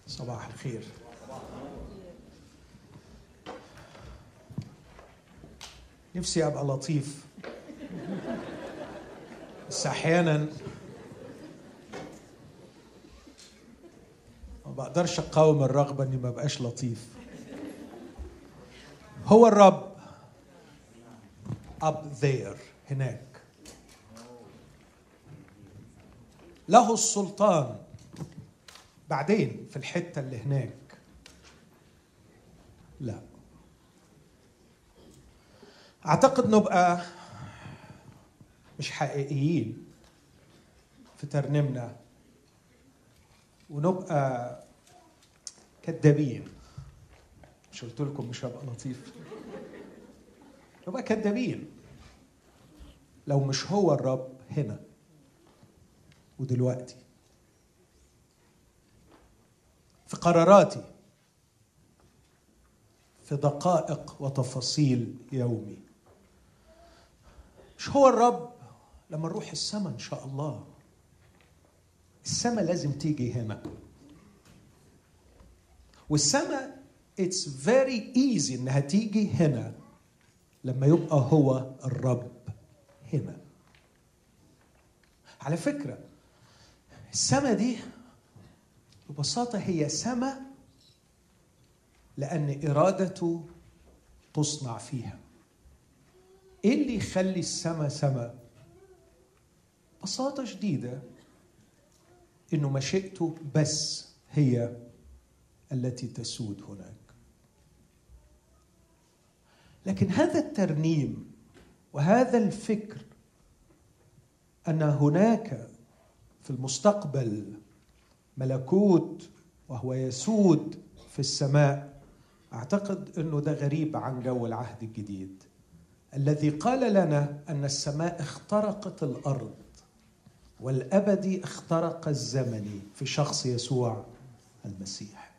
صباح الخير. نفسي أبقى لطيف، بس أحيانا ما بقدرش أقاوم الرغبة إني ما بقاش لطيف. هو الرب up there هناك، له السلطان بعدين في الحتة اللي هناك. لا، أعتقد نبقى مش حقيقيين في ترنيمنا ونبقى كدابين. مش قلت لكم مش هبقى لطيف؟ نبقى كدابين لو مش هو الرب هنا ودلوقتي في قراراتي، في دقائق وتفاصيل يومي. مش هو الرب لما نروح السماء إن شاء الله. السماء لازم تيجي هنا، والسماء it's very easy إنها تيجي هنا لما يبقى هو الرب هنا. على فكرة السماء دي ببساطة هي سماء لأن إرادته تصنع فيها. إيه اللي يخلي السماء سماء؟ ببساطة شديدة إنه مشيئته بس هي التي تسود هناك. لكن هذا الترنيم وهذا الفكر أن هناك في المستقبل ملكوت وهو يسود في السماء، أعتقد أنه ده غريب عن جو العهد الجديد الذي قال لنا أن السماء اخترقت الأرض والأبدي اخترق الزمني في شخص يسوع المسيح.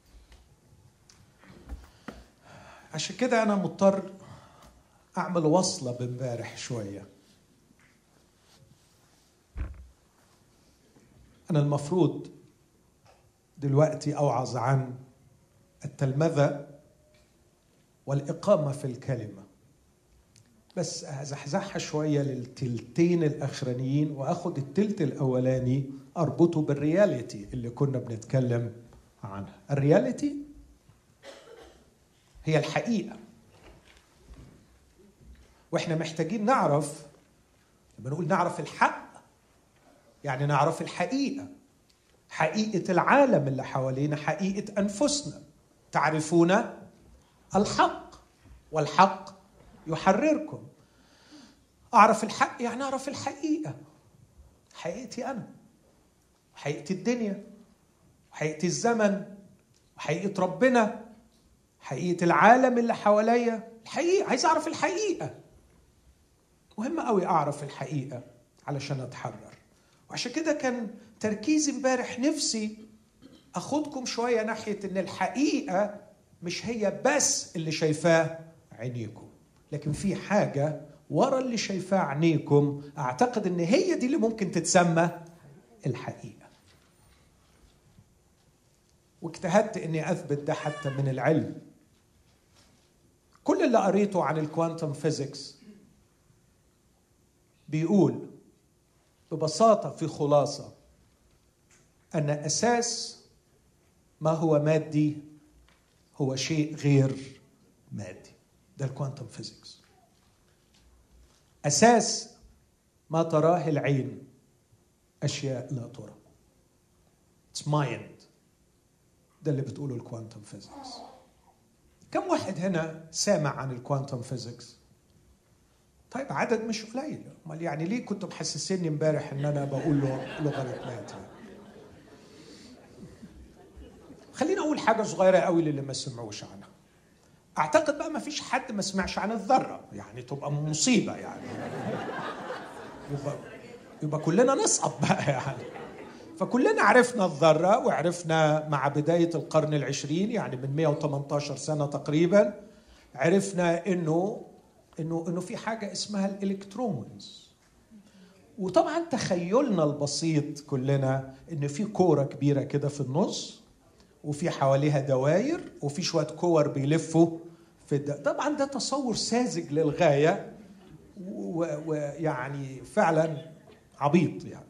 عشان كده أنا مضطر أعمل وصلة بامبارح شوية. أنا المفروض دلوقتي أوعظ عن التلمذة والإقامة في الكلمة، بس أزحزحها شوية للتلتين الأخرانيين وأخذ التلت الأولاني أربطه بالرياليتي اللي كنا بنتكلم عنها. الرياليتي هي الحقيقة، وإحنا محتاجين نعرف. لما نقول نعرف الحق يعني نعرف الحقيقة، حقيقة العالم اللي حوالينا، حقيقة أنفسنا. تعرفون الحق والحق يحرركم. أعرف الحق يعني أعرف الحقيقة، حقيقتي أنا، حقيقة الدنيا، حقيقة الزمن، حقيقة ربنا، حقيقة العالم اللي حواليا. الحقيقة، عايز أعرف الحقيقة. مهم قوي أعرف الحقيقة علشان أتحرر. وعشان كده كان تركيزي امبارح نفسي أخدكم شوية ناحية إن الحقيقة مش هي بس اللي شايفاه عينيكم، لكن في حاجة ورا اللي شايفاه عينيكم أعتقد إن هي دي اللي ممكن تتسمى الحقيقة. واجتهدت إني أثبت ده حتى من العلم. كل اللي قريته عن الكوانتم فيزيكس بيقول ببساطة في خلاصة أن أساس ما هو مادي هو شيء غير مادي. ده الكوانتم فيزيكس. أساس ما تراه العين أشياء لا ترى. It's mind. ده اللي بتقوله الكوانتم فيزيكس. كم واحد هنا سامع عن الكوانتم فيزيكس؟ طيب عدد مش قليل. امال يعني ليه كنتوا محسسيني امبارح ان انا بقول له لغه البنات؟ خليني اقول حاجه صغيره قوي للي ما سمعوش عنها. اعتقد بقى ما فيش حد ما سمعش عن الذره، يعني تبقى مصيبه يعني. يبقى كلنا نسقط بقى يعني. فكلنا عرفنا الذره، وعرفنا مع بدايه القرن العشرين يعني من 118 سنه تقريبا عرفنا انه في حاجة اسمها الإلكترونز. وطبعا تخيلنا البسيط كلنا إن في كورة كبيرة كده في النص، وفي حواليها دواير وفي شوية كور بيلفوا في طبعا ده تصور ساذج للغاية ويعني فعلا عبيط يعني.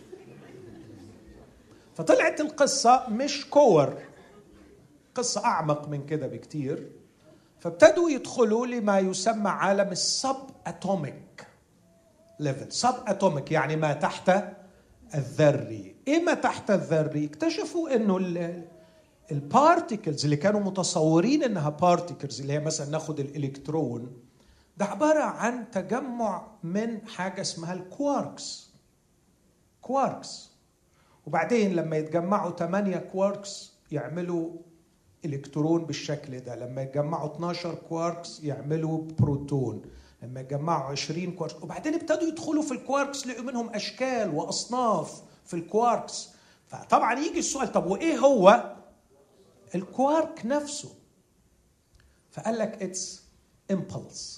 فطلعت القصة مش كور، قصة أعمق من كده بكتير. فابتدوا يدخلوا لما يسمى عالم السب أتوميك ليفل. سب أتوميك يعني ما تحت الذري. إيه ما تحت الذري؟ اكتشفوا إنه البارتيكلز اللي كانوا متصورين إنها بارتيكلز، اللي هي مثلا ناخد الإلكترون، ده عبارة عن تجمع من حاجة اسمها الكواركس. كواركس، وبعدين لما يتجمعوا 8 كواركس يعملوا إلكترون بالشكل ده، لما يتجمعوا 12 كواركس يعملوا بروتون، لما يتجمعوا 20 كواركس. وبعدين ابتدوا يدخلوا في الكواركس، لقوا منهم أشكال وأصناف في الكواركس. فطبعا يجي السؤال، طب وإيه هو الكوارك نفسه؟ فقال لك it's impulse.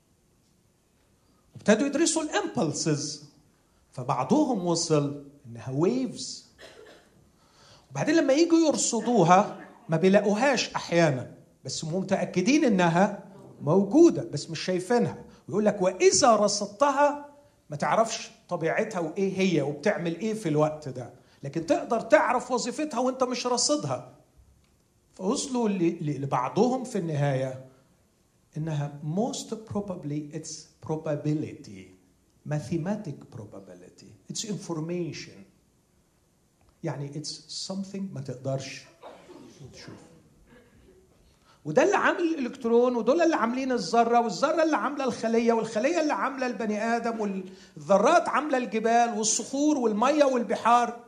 ابتدوا يدرسوا الامبلسز، فبعضهم وصل انها ويفز. وبعدين لما يجوا يرصدوها ما بيلاقوهاش احيانا، بس متاكدين انها موجوده بس مش شايفينها. ويقول لك واذا رصدتها ما تعرفش طبيعتها وايه هي وبتعمل ايه في الوقت ده، لكن تقدر تعرف وظيفتها وانت مش رصدها. فوصلوا لبعضهم في النهايه انها most probably it's probability, mathematic probability, it's information. يعني it's something ما تقدرش تشوف. وده اللي عامل الالكترون، ودول اللي عاملين الذره، والذره اللي عامله الخليه، والخليه اللي عامله البني ادم، والذرات عامله الجبال والصخور والميه والبحار.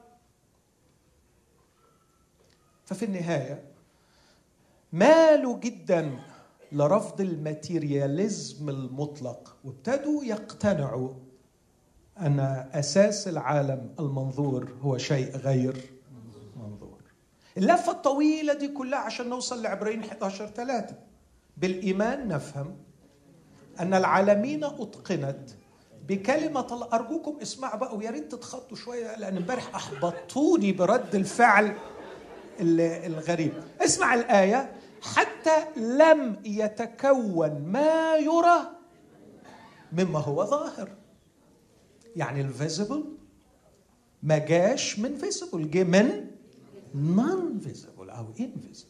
ففي النهايه مالوا جدا لرفض الماتيرياليزم المطلق، وابتدوا يقتنعوا أن أساس العالم المنظور هو شيء غير منظور. اللفة الطويلة دي كلها عشان نوصل لعبرين 11:3. بالإيمان نفهم أن العالمين أتقنت بكلمة الله. أرجوكم اسمعوا بقى، ويا ريت تتخطوا شوية لأن امبارح أحبطوني برد الفعل الغريب. اسمع الآية: حتى لم يتكون ما يرى مما هو ظاهر. يعني الفيزيبل ما جاش من فيزيبل، جه من نون فيزيبل او انفيزيبل،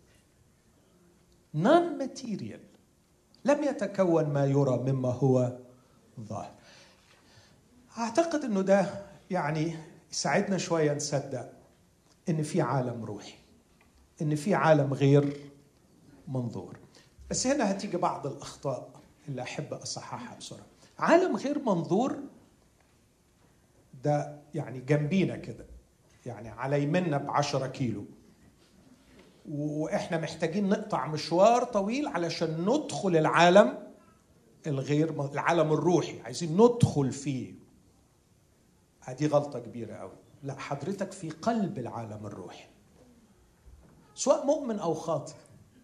نون ماتيريال. لم يتكون ما يرى مما هو ظاهر. اعتقد انه ده يعني يساعدنا شويه نصدق ان في عالم روحي، ان في عالم غير منظور. بس هنا هتيجي بعض الأخطاء اللي أحب أصححها بسرعة. عالم غير منظور ده يعني جنبينا كده، يعني على يمنا ب10 كيلو، وإحنا محتاجين نقطع مشوار طويل علشان ندخل العالم العالم الروحي، عايزين ندخل فيه. هذه غلطة كبيرة قوي. لا، حضرتك في قلب العالم الروحي، سواء مؤمن أو خاطئ،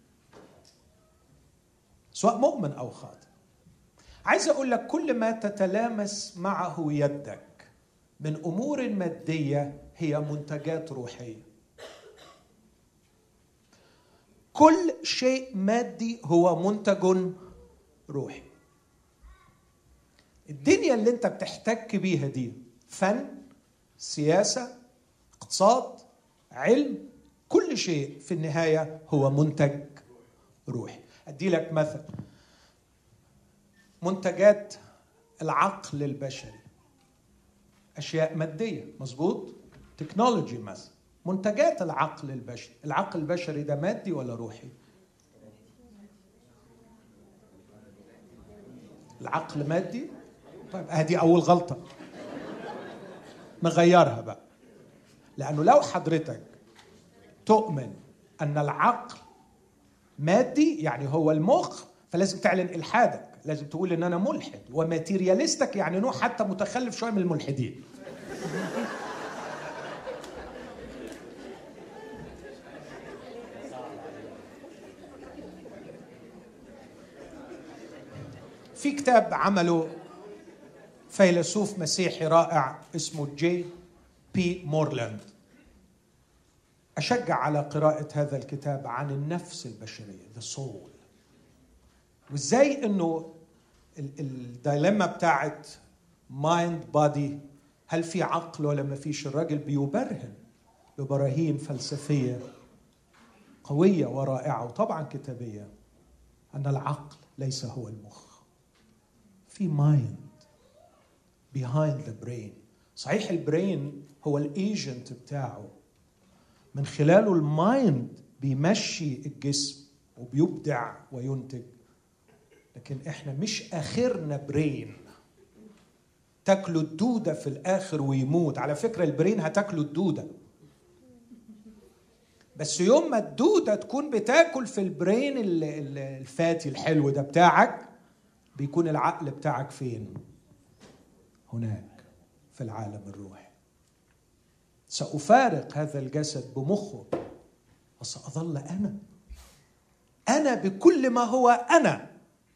سواء مؤمن أو خاطئ. عايز أقول لك كل ما تتلامس معه يدك من أمور مادية هي منتجات روحية. كل شيء مادي هو منتج روحي. الدنيا اللي انت بتحتك بيها دي فن، سياسة، اقتصاد، علم، كل شيء في النهاية هو منتج روحي. أدي لك مثل: منتجات العقل البشري أشياء مادية، مظبوط؟ تكنولوجي مثلا. منتجات العقل البشري، العقل البشري ده مادي ولا روحي؟ العقل مادي؟ طيب هذه أول غلطة، نغيرها بقى. لأنه لو حضرتك تؤمن أن العقل مادي يعني هو المخ، فلازم تعلن إلحادك، لازم تقول إن أنا ملحد وماتيرياليستك، يعني نوع حتى متخلف شوية من الملحدين. في كتاب عمله فيلسوف مسيحي رائع اسمه جي بي مورلاند، أشجع على قراءة هذا الكتاب عن النفس البشرية، the soul، وإزاي إنه الدايلما بتاعت mind body، هل في عقل ولا ما فيش؟ الراجل بيبرهن ببراهين فلسفية قوية ورائعة وطبعا كتابية أن العقل ليس هو المخ، في mind behind the brain. صحيح البرين هو الايجنت بتاعه، من خلاله المايند بيمشي الجسم وبيبدع وينتج، لكن احنا مش اخرنا برين تاكله الدودة في الاخر ويموت. على فكرة البرين هتاكله الدودة، بس يوم ما الدودة تكون بتاكل في البرين الفاتي الحلو ده بتاعك، بيكون العقل بتاعك فين؟ هناك في العالم الروحي. سأفارق هذا الجسد بمخه، وسأظل أنا بكل ما هو أنا،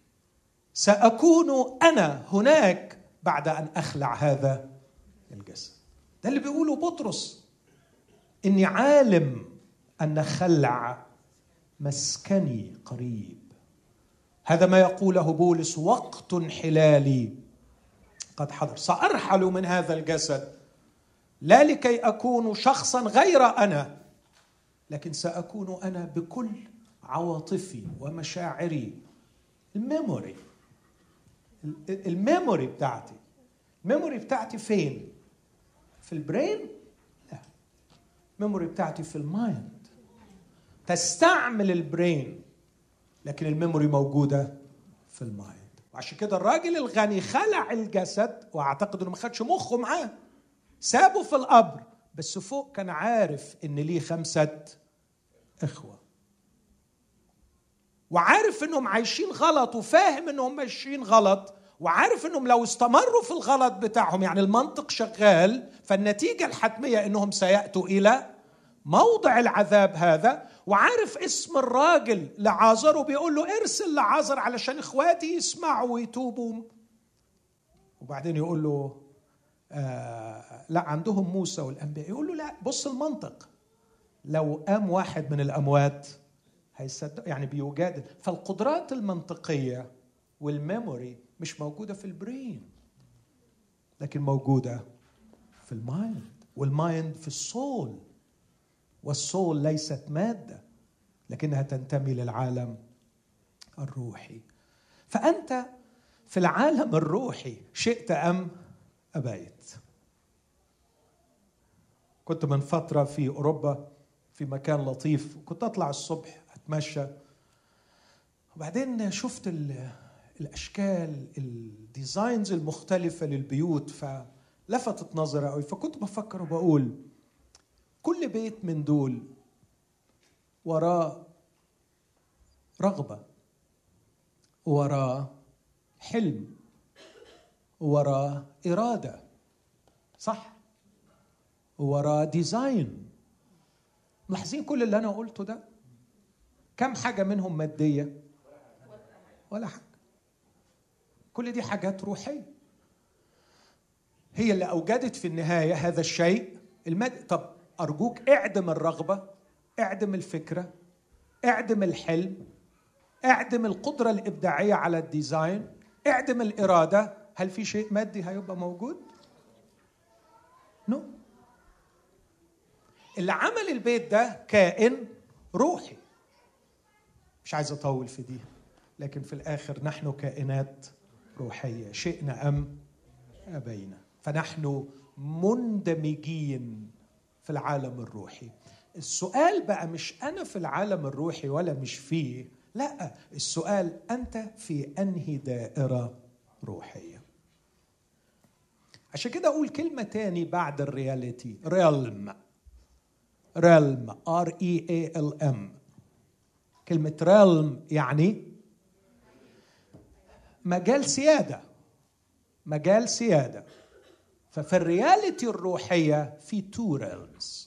سأكون أنا هناك بعد أن أخلع هذا الجسد. ده اللي بيقوله بطرس، إني عالم أن خلع مسكني قريب. هذا ما يقوله بولس: وقت حلالي قد حضر، سأرحل من هذا الجسد لا لكي أكون شخصا غير أنا، لكن سأكون أنا بكل عواطفي ومشاعري. الميموري بتاعتي، الميموري بتاعتي فين؟ في البرين؟ لا، الميموري بتاعتي في المايند. تستعمل البرين، لكن الميموري موجودة في المايند. وعشان كده الراجل الغني خلع الجسد، واعتقد انه ما خدش مخه معاه، سابه في القبر، بس فوق كان عارف ان ليه 5 إخوة، وعارف انهم عايشين غلط، وفاهم انهم ماشيين غلط، وعارف انهم لو استمروا في الغلط بتاعهم، يعني المنطق شغال، فالنتيجة الحتمية انهم سيأتوا الى موضع العذاب هذا. وعارف اسم الراجل لعازر، وبيقول له ارسل لعازر علشان اخواتي يسمعوا ويتوبوا. وبعدين يقول له لا، عندهم موسى والأنبياء. يقول له لا، بص المنطق، لو قام واحد من الأموات هيصدق، يعني بيجادل. فالقدرات المنطقية والميموري مش موجودة في البرين، لكن موجودة في المايند، والمايند في السول، والسول ليست مادة لكنها تنتمي للعالم الروحي. فأنت في العالم الروحي شئت أم أبيت. كنت من فترة في أوروبا في مكان لطيف، كنت أطلع الصبح أتمشى، وبعدين شفت الأشكال، الديزاينز المختلفة للبيوت، فلفتت نظري قوي. فكنت بفكر وبقول كل بيت من دول وراه رغبة، وراه حلم، وراه إرادة، صح؟ وراه ديزاين. ملاحظين كل اللي أنا قلته ده؟ كم حاجة منهم مادية؟ ولا حاجة. كل دي حاجات روحية هي اللي أوجدت في النهاية هذا الشيء المادي. طب أرجوك اعدم الرغبة، اعدم الفكرة، اعدم الحلم، اعدم القدرة الإبداعية على الديزاين، اعدم الإرادة، هل في شيء مادي هيبقى موجود؟ نو. اللي عمل البيت ده كائن روحي. مش عايز أطول في دي، لكن في الآخر نحن كائنات روحية شئنا أم أبينا، فنحن مندمجين في العالم الروحي. السؤال بقى مش أنا في العالم الروحي ولا مش فيه، لا، السؤال أنت في أنهي دائرة روحية. عشان كده أقول كلمة تاني بعد الرياليتي، ريلم، R-E-A-L-M. كلمة ريلم يعني مجال سيادة، مجال سيادة. ففي الرياليتي الروحية في 2 realms،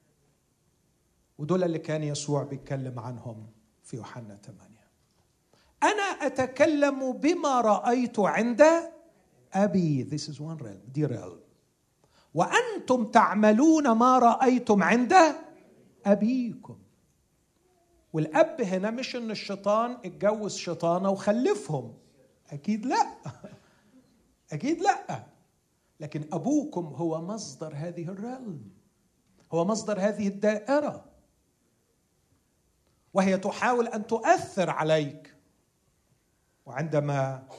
ودول اللي كان يسوع بيتكلم عنهم في يوحنا 8. أنا أتكلم بما رأيت عند أبي، this is one realm، دي realm. وأنتم تعملون ما رأيتم عند أبيكم. والأب هنا مش إن الشيطان اتجوز شيطانة وخلفهم، أكيد لا، أكيد لا، لكن أبوكم هو مصدر هذه الرلم، هو مصدر هذه الدائرة، وهي تحاول أن تؤثر عليك. وعندما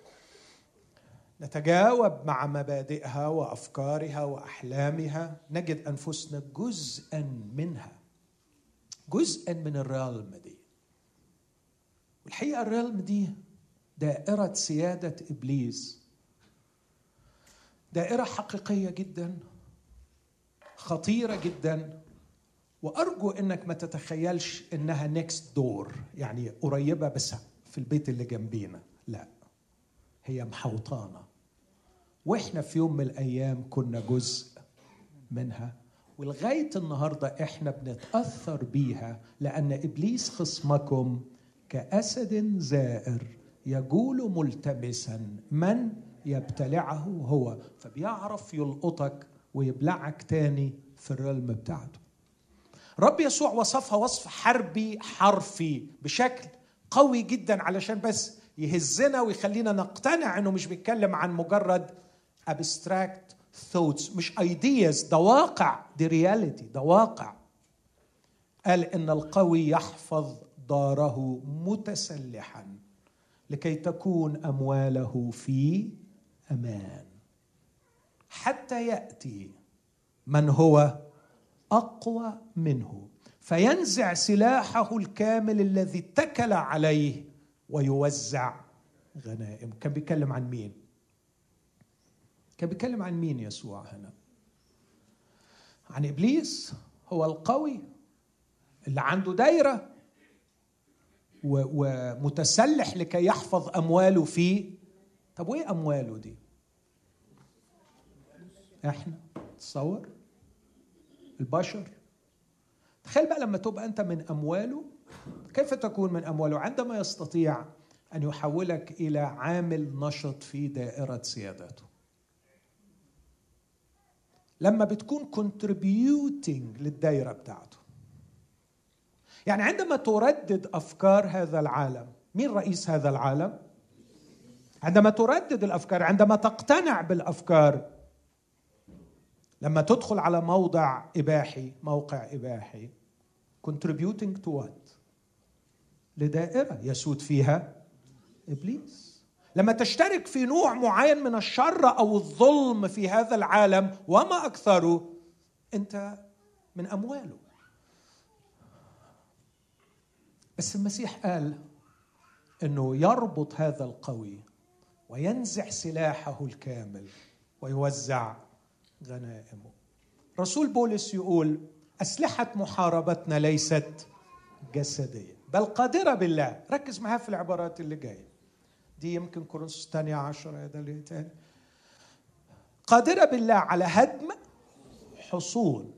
نتجاوب مع مبادئها وأفكارها وأحلامها نجد أنفسنا جزءاً منها، جزءاً من الرلم دي. والحقيقة الرلم دي دائرة سيادة إبليس، دائرة حقيقية جداً، خطيرة جداً، وأرجو أنك ما تتخيلش أنها نيكست دور، يعني قريبة بس في البيت اللي جنبينا، لا، هي محوطانة، وإحنا في يوم من الأيام كنا جزء منها، ولغاية النهاردة إحنا بنتأثر بيها، لأن إبليس خصمكم كأسد زائر يجول ملتمسا من يبتلعه هو، فبيعرف يلقطك ويبلعك تاني في الرلم بتاعته. رب يسوع وصفها وصف حربي حرفي بشكل قوي جدا علشان بس يهزنا ويخلينا نقتنع انه مش بيتكلم عن مجرد abstract thoughts، مش ideas، ده واقع، دي reality، ده واقع. قال ان القوي يحفظ داره متسلحا لكي تكون امواله في امان حتى ياتي من هو أقوى منه فينزع سلاحه الكامل الذي اتكل عليه ويوزع غنائم. كان بيتكلم عن مين؟ كان بيتكلم عن مين يسوع هنا؟ عن إبليس، هو القوي اللي عنده دايرة ومتسلح لكي يحفظ أمواله فيه. طب وإيه أمواله دي؟ إحنا تصور البشر. تخيل بقى لما تبقى أنت من أمواله، كيف تكون من أمواله؟ عندما يستطيع أن يحولك إلى عامل نشط في دائرة سيادته، لما بتكون contributing للدائرة بتاعته. يعني عندما تردد أفكار هذا العالم، مين رئيس هذا العالم؟ عندما تردد الأفكار، عندما تقتنع بالأفكار، لما تدخل على موضع إباحي، موقع إباحي، contributing to what؟ لدائرة يسود فيها إبليس. لما تشترك في نوع معين من الشر أو الظلم في هذا العالم وما أكثره، أنت من أمواله. بس المسيح قال أنه يربط هذا القوي وينزع سلاحه الكامل ويوزع غنائمه. رسول بولس يقول أسلحة محاربتنا ليست جسدية بل قادرة بالله. ركز معها في العبارات اللي جاية دي، يمكن كورنثوس الثانية 10 ده اللي تاني. قادرة بالله على هدم حصون.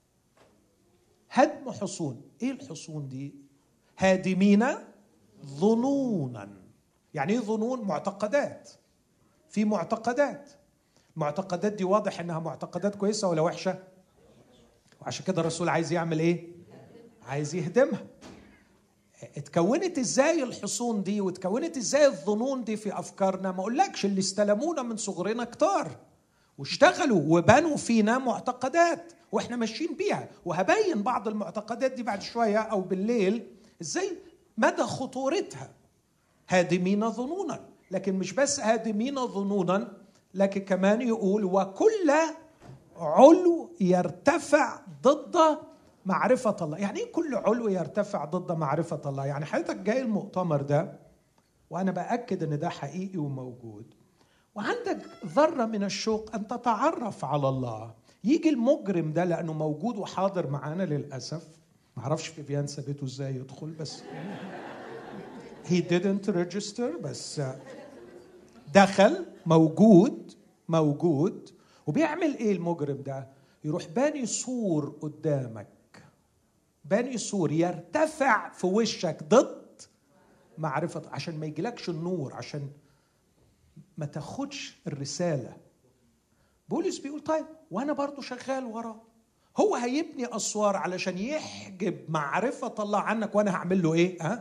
هدم حصون. ايه الحصون دي؟ هادمين ظنونا. يعني ايه ظنون؟ معتقدات. في معتقدات، المعتقدات دي واضح انها معتقدات كويسة ولا وحشة؟ وعشان كده الرسول عايز يعمل ايه؟ عايز يهدمها. اتكونت ازاي الحصون دي واتكونت ازاي الظنون دي في افكارنا؟ ما اقولكش اللي استلمونا من صغرنا كتار واشتغلوا وبنوا فينا معتقدات واحنا ماشيين بيها، وهبين بعض المعتقدات دي بعد شوية او بالليل ازاي مدى خطورتها. هادمين ظنونا، لكن مش بس هادمين ظنونا، لكن كمان يقول وكل علو يرتفع ضد معرفة الله. يعني ايه كل علو يرتفع ضد معرفة الله؟ يعني حضرتك جاي المؤتمر ده وانا بأكد ان ده حقيقي وموجود، وعندك ذرة من الشوق ان تتعرف على الله. يجي المجرم ده لانه موجود وحاضر معانا للأسف، معرفش فيفيان سابته ازاي يدخل، بس he didn't register، بس دخل موجود. وبيعمل ايه المجرم ده؟ يروح باني سور قدامك، باني سور يرتفع في وشك ضد معرفة، عشان ما يجيلكش النور، عشان ما تاخدش الرسالة. بولس بيقول طيب وانا برضو شغال وراه، هو هيبني أسوار علشان يحجب معرفة الله عنك، وأنا هعمل له إيه؟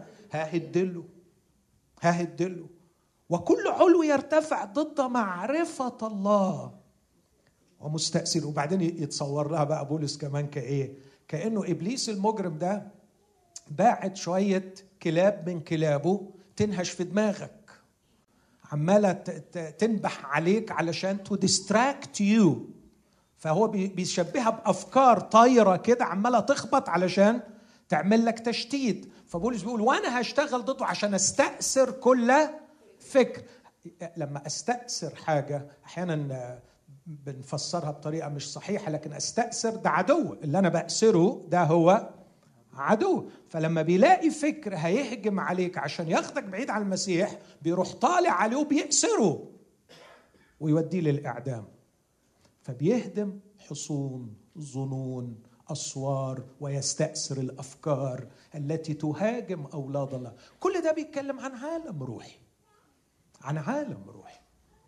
ههدله. وكل علو يرتفع ضد معرفة الله ومستأصل. وبعدين يتصور لها بقى بولس كمان كأنه إبليس المجرم ده باعت شوية كلاب من كلابه تنهش في دماغك، عمالة تنبح عليك علشان to distract you. فهو بيشبهها بأفكار طايرة كده عمالة تخبط علشان تعمل لك تشتيت. فبولس بيقول وأنا هشتغل ضده عشان أستأثر كل فكر. لما أستأثر حاجة أحيانا بنفسرها بطريقة مش صحيحة، لكن أستأثر ده عدو، اللي أنا بأسره ده هو عدو. فلما بيلاقي فكر هيهجم عليك عشان ياخدك بعيد عن المسيح، بيروح طالع عليه وبيأسره ويوديه للإعدام. فبيهدم حصون، ظنون، أسوار، ويستأثر الأفكار التي تهاجم أولاد الله. كل ده بيتكلم عن عالم روحي، عن عالم روحي.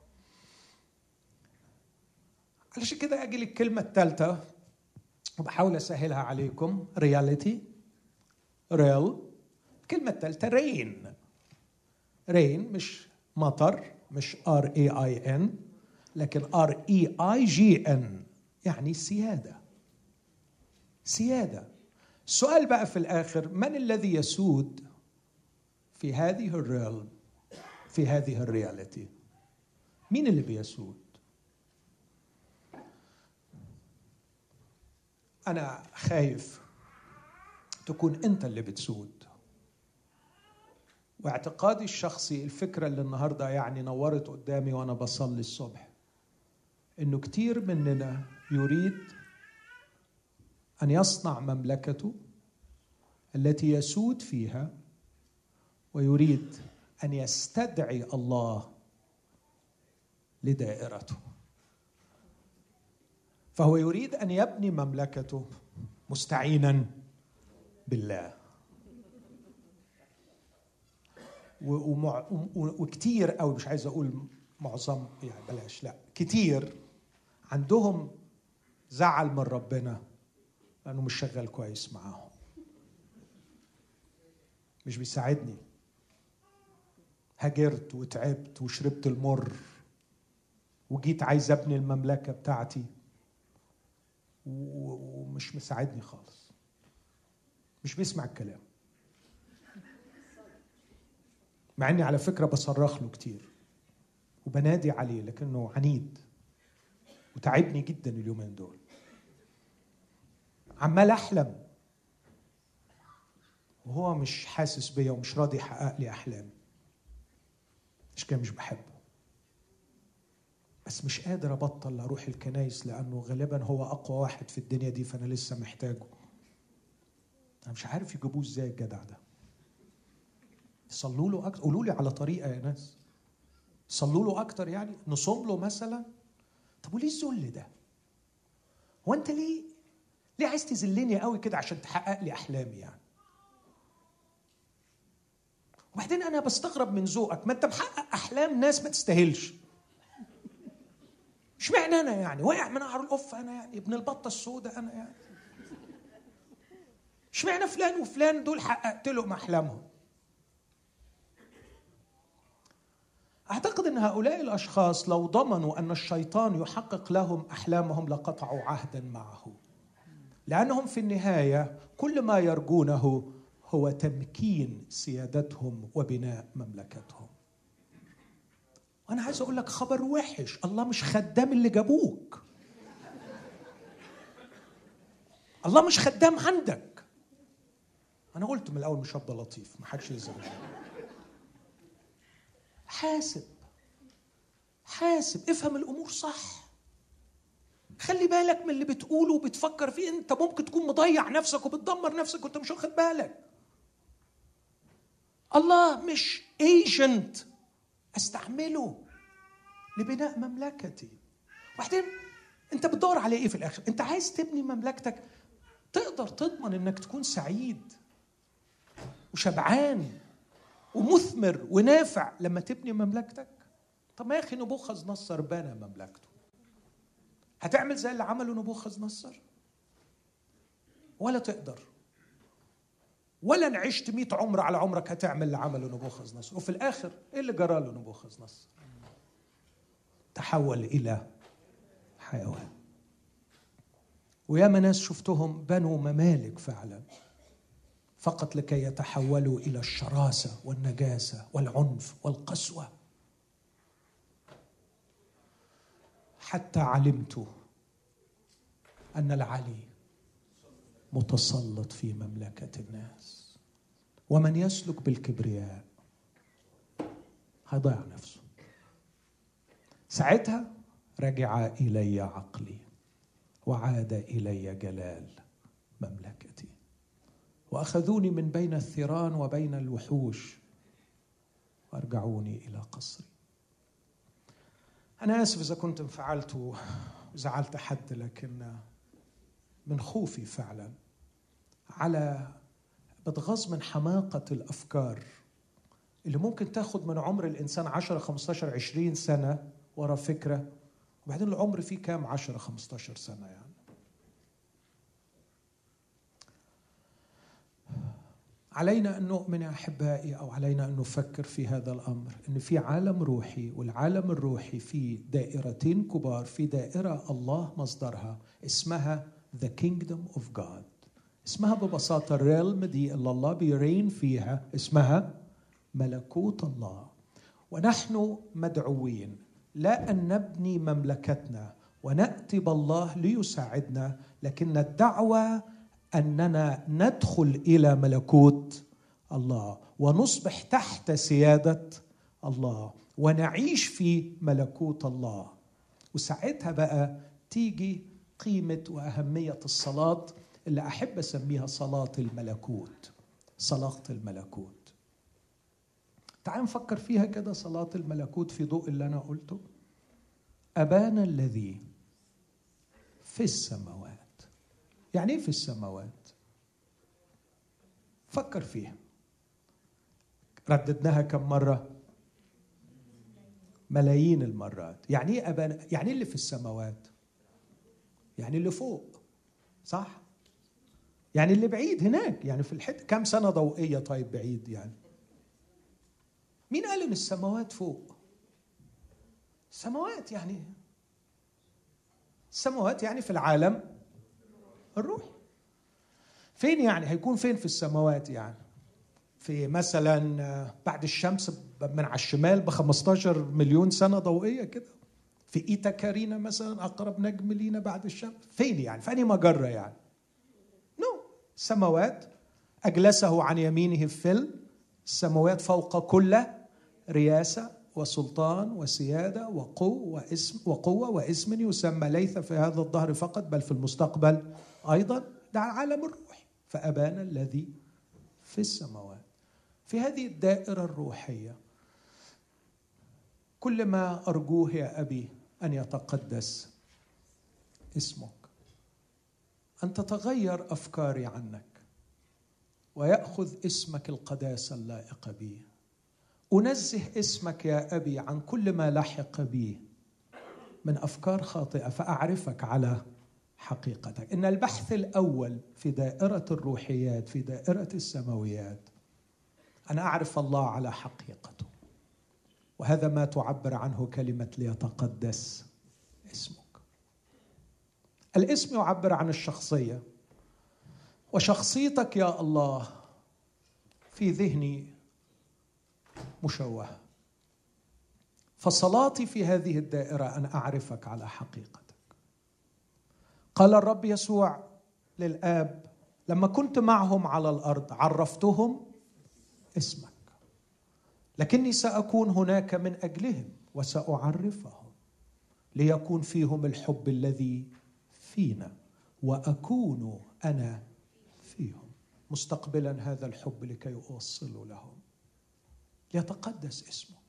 علشان كده أجي الكلمة الثالثة وبحاول أسهلها عليكم، reality، real. الكلمة الثالثة rain، مش مطر، مش RAIN، لكن REIGN، يعني سيادة. السؤال بقى في الآخر، من الذي يسود في هذه الريال، في هذه الرياليتي؟ مين اللي بيسود؟ أنا خايف تكون أنت اللي بتسود. واعتقادي الشخصي، الفكرة اللي النهاردة يعني نورت قدامي وأنا بصلي الصبح، إنه كتير مننا يريد أن يصنع مملكته التي يسود فيها، ويريد أن يستدعي الله لدائرته. فهو يريد أن يبني مملكته مستعينا بالله. وكتير، أو مش عايز أقول معظم، يعني بلاش، لا، كتير عندهم زعل من ربنا لأنه مش شغال كويس معاهم، مش بيساعدني. هاجرت وتعبت وشربت المر وجيت عايز أبني المملكة بتاعتي ومش مساعدني خالص، مش بيسمع الكلام، مع اني على فكرة بصرخ له كتير وبنادي عليه، لكنه عنيد وتعبني جدا اليومين دول. عمال احلم وهو مش حاسس بيا ومش راضي يحقق لي احلامي. مش كده مش بحبه، بس مش قادر ابطل اروح الكنايس لانه غالبا هو اقوى واحد في الدنيا دي، فانا لسه محتاجه. انا مش عارف يجيبوه ازاي الجدع ده. صلوا له اكتر، قولوا لي على طريقه يا ناس. صلوا له اكتر، يعني نصوم له مثلا. طب وليه الذل ده؟ هو انت ليه عايز تذلني قوي كده عشان تحقق لي احلامي يعني؟ وبعدين انا بستغرب من ذوقك، ما انت محقق احلام ناس ما تستاهلش. اشمعنى انا يعني واقع من قعر القف، انا يعني ابن البطه السوداء، انا يعني اشمعنى فلان وفلان دول حققت لهم احلامهم؟ أعتقد أن هؤلاء الأشخاص لو ضمنوا أن الشيطان يحقق لهم أحلامهم لقطعوا عهدا معه، لأنهم في النهاية كل ما يرجونه هو تمكين سيادتهم وبناء مملكتهم. وأنا عايز أقول لك خبر وحش، الله مش خدام اللي جابوك، الله مش خدام عندك. أنا قلت من الأول مش هبقى لطيف، ما حدش يزعل. حاسب، افهم الأمور صح. خلي بالك من اللي بتقوله وبتفكر فيه. انت ممكن تكون مضيع نفسك وبتدمر نفسك وانت مش واخد بالك. الله مش ايجنت استعمله لبناء مملكتي. وبعدين انت بتدور على ايه في الاخر؟ انت عايز تبني مملكتك تقدر تضمن انك تكون سعيد وشبعان ومثمر ونافع لما تبني مملكتك؟ طب ما يا اخي نبوخذ نصر بنى مملكته. هتعمل زي اللي عمله نبوخذ نصر؟ ولا تقدر، ولا إن عشت 100 عمر على عمرك هتعمل اللي عمله نبوخذ نصر. وفي الآخر إيه اللي جرى له نبوخذ نصر؟ تحول إلى حيوان. وياما ناس شفتهم بنوا ممالك فعلا فقط لكي يتحولوا إلى الشراسة والنجاسة والعنف والقسوة. حتى علمت أن العلي متسلط في مملكة الناس، ومن يسلك بالكبرياء هيضيع نفسه. ساعتها رجع إلي عقلي وعاد إلي جلال مملكتي، وأخذوني من بين الثيران وبين الوحوش وأرجعوني إلى قصري. أنا آسف إذا كنت انفعلت وزعلت حد، لكن من خوفي فعلا على بتغاظ من حماقة الأفكار اللي ممكن تاخد من عمر الإنسان 10 15 20 سنة ورا فكرة، وبعدين العمر فيه كام 10 15 سنة يعني. علينا أن نؤمن يا أحبائي، أو علينا أن نفكر في هذا الأمر، أن في عالم روحي، والعالم الروحي في دائرتين كبار. في دائرة الله مصدرها اسمها The Kingdom of God، اسمها ببساطة الريلم دي اللي الله بيرين فيها، اسمها ملكوت الله. ونحن مدعوين لا أن نبني مملكتنا ونأتي بالله ليساعدنا، لكن الدعوة أننا ندخل إلى ملكوت الله ونصبح تحت سيادة الله ونعيش في ملكوت الله. وساعتها بقى تيجي قيمة وأهمية الصلاة اللي أحب أسميها صلاة الملكوت. صلاة الملكوت، تعال نفكر فيها كده. صلاة الملكوت في ضوء اللي أنا قلته. أبانا الذي في السماوات. يعني إيه في السماوات؟ فكر فيها. رددناها كم مرة؟ ملايين المرات. يعني إيه أبانا؟ يعني اللي في السماوات، يعني اللي فوق، صح؟ يعني اللي بعيد هناك، يعني في الحتة كم سنة ضوئية طيب بعيد يعني. مين قال إن السماوات فوق؟ السماوات يعني السماوات يعني في العالم الروح. فين يعني؟ هيكون فين في السماوات يعني؟ في مثلا بعد الشمس من على الشمال ب15 مليون سنة ضوئية كده، في إيتا كارينا مثلا أقرب نجم لينا بعد الشمس. فين يعني؟ في أي مجرة يعني؟ السماوات أجلسه عن يمينه في السماوات فوق كل رياسة وسلطان وسيادة وقوة واسم يسمى ليس في هذا الظهر فقط بل في المستقبل أيضا. ده عالم الروح. فأبانا الذي في السماوات. في هذه الدائرة الروحية كل ما أرجوه يا أبي أن يتقدس اسمك، أن تتغير أفكاري عنك ويأخذ اسمك القداسة اللائقة بي. أنزه اسمك يا أبي عن كل ما لحق بي من أفكار خاطئة فأعرفك على حقيقتك. إن البحث الأول في دائرة الروحيات، في دائرة السماويات، أنا أعرف الله على حقيقته. وهذا ما تعبر عنه كلمة ليتقدس اسمك. الاسم يعبر عن الشخصية، وشخصيتك يا الله في ذهني مشوهة. فصلاتي في هذه الدائرة أن أعرفك على حقيقتك. قال الرب يسوع للآب لما كنت معهم على الأرض عرفتهم اسمك، لكني سأكون هناك من أجلهم وسأعرفهم ليكون فيهم الحب الذي فينا وأكون أنا فيهم، مستقبلا هذا الحب لكي أوصل لهم. ليتقدس اسمك.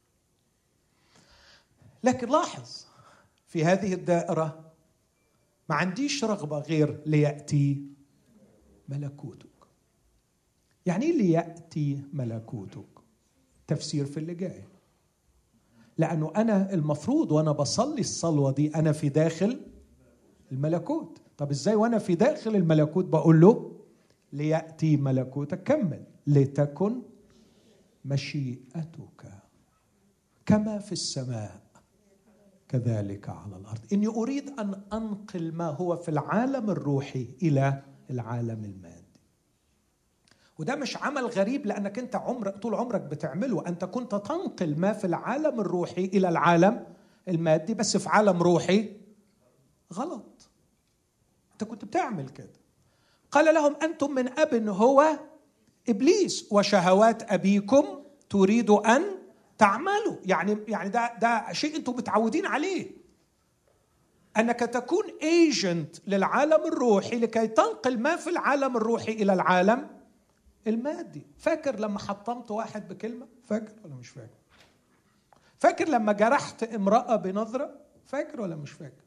لكن لاحظ في هذه الدائرة ما عنديش رغبة غير ليأتي ملكوتك. يعني إيه ليأتي ملكوتك؟ تفسير في اللي جاي. لأنه أنا المفروض وأنا بصلي الصلوة دي أنا في داخل الملكوت. طب ازاي وانا في داخل الملكوت بقول له ليأتي ملكوتك؟ كمل، لتكن مشيئتك كما في السماء كذلك على الأرض. إني أريد أن أنقل ما هو في العالم الروحي إلى العالم المادي. وده مش عمل غريب، لأنك أنت طول عمرك بتعمله. أنت كنت تنقل ما في العالم الروحي إلى العالم المادي، بس في عالم روحي غلط. أنت كنت بتعمل كده. قال لهم أنتم من أب هو إبليس، وشهوات أبيكم تريد أن تعملوا. يعني ده شيء أنتم متعودين عليه، أنك تكون ايجنت للعالم الروحي لكي تنقل ما في العالم الروحي إلى العالم المادي. فاكر لما حطمت واحد بكلمة؟ فاكر ولا مش فاكر؟ فاكر لما جرحت امرأة بنظرة؟ فاكر ولا مش فاكر؟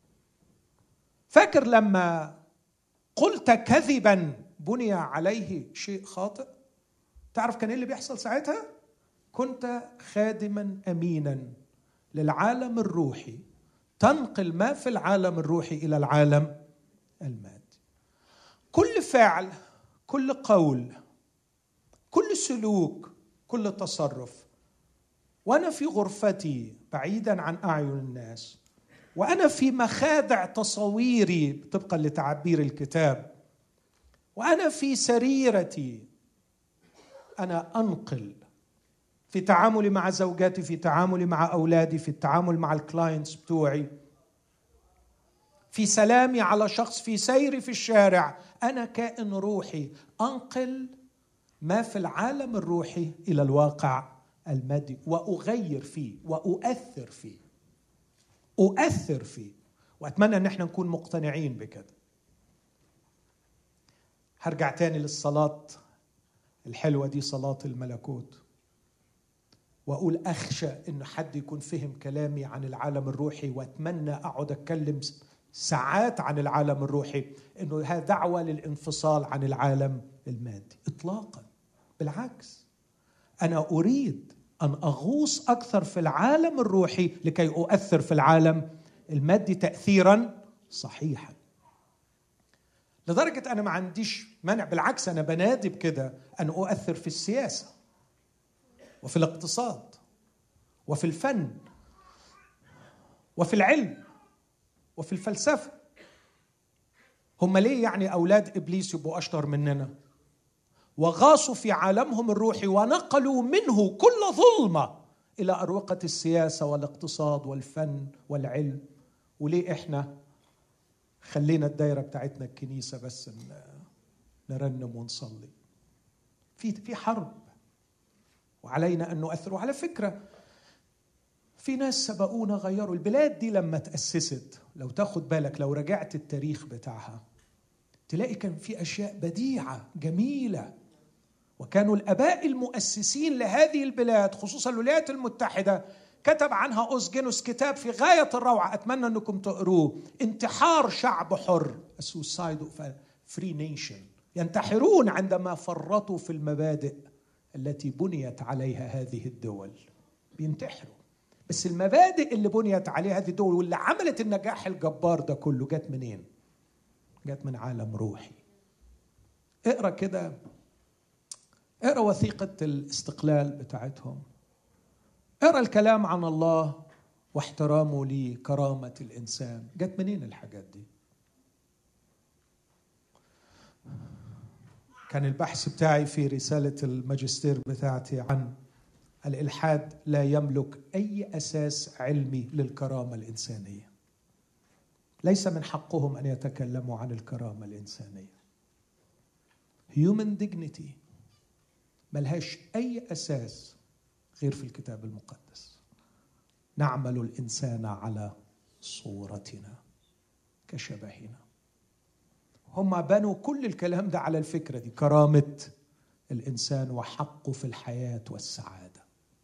فاكر لما قلت كذبا بني عليه شيء خاطئ؟ تعرف كان ايه اللي بيحصل ساعتها؟ كنت خادما امينا للعالم الروحي، تنقل ما في العالم الروحي الى العالم المادي. كل فعل، كل قول، كل سلوك، كل تصرف، وانا في غرفتي بعيدا عن اعين الناس، وانا في مخادع تصويري طبقا لتعبير الكتاب، وانا في سريرتي، انا انقل في تعاملي مع زوجاتي، في تعاملي مع اولادي، في التعامل مع الكلاينتس بتوعي، في سلامي على شخص، في سيري في الشارع. انا كائن روحي انقل ما في العالم الروحي الى الواقع المادي، واغير فيه واؤثر فيه. اؤثر فيه. واتمنى ان احنا نكون مقتنعين بكده. هرجع تاني للصلاة الحلوة دي، صلاة الملكوت، وأقول أخشى إن حد يكون فهم كلامي عن العالم الروحي، وأتمنى أقعد أتكلم ساعات عن العالم الروحي، إنه هذا دعوة للانفصال عن العالم المادي إطلاقا. بالعكس، أنا أريد أن أغوص أكثر في العالم الروحي لكي أؤثر في العالم المادي تأثيرا صحيحا. لدرجة أنا ما عنديش مانع، بالعكس أنا بنادي بكده، أن أؤثر في السياسة وفي الاقتصاد وفي الفن وفي العلم وفي الفلسفة. هم ليه يعني أولاد إبليس يبقوا أشطر مننا؟ وغاصوا في عالمهم الروحي ونقلوا منه كل ظلمة إلى أروقة السياسة والاقتصاد والفن والعلم. وليه إحنا خلينا الدائرة بتاعتنا الكنيسة بس نرنم ونصلي؟ في حرب، وعلينا أن نؤثر. وعلى فكرة في ناس سبقونا غيروا البلاد دي لما تأسست. لو تاخد بالك، لو رجعت التاريخ بتاعها تلاقي كان في أشياء بديعة جميلة، وكانوا الآباء المؤسسين لهذه البلاد خصوصا الولايات المتحدة كتب عنها أوزجينوس كتاب في غاية الروعة، أتمنى أنكم تقروه، انتحار شعب حر، A Suicide of a Free Nation. ينتحرون عندما فرطوا في المبادئ التي بنيت عليها هذه الدول، بينتحروا. بس المبادئ اللي بنيت عليها هذه الدول واللي عملت النجاح الجبار ده كله جت منين؟ جت من عالم روحي. اقرأ كده، اقرأ وثيقة الاستقلال بتاعتهم، اقرأ الكلام عن الله واحترامه لكرامة الإنسان. جت منين الحاجات دي؟ كان البحث بتاعي في رسالة الماجستير بتاعتي عن الإلحاد لا يملك أي أساس علمي للكرامة الإنسانية. ليس من حقهم أن يتكلموا عن الكرامة الإنسانية. Human dignity ملهاش أي أساس غير في الكتاب المقدس. نعمل الإنسان على صورتنا كشبهنا. هم بنوا كل الكلام ده على الفكرة دي، كرامة الإنسان وحقه في الحياة والسعادة.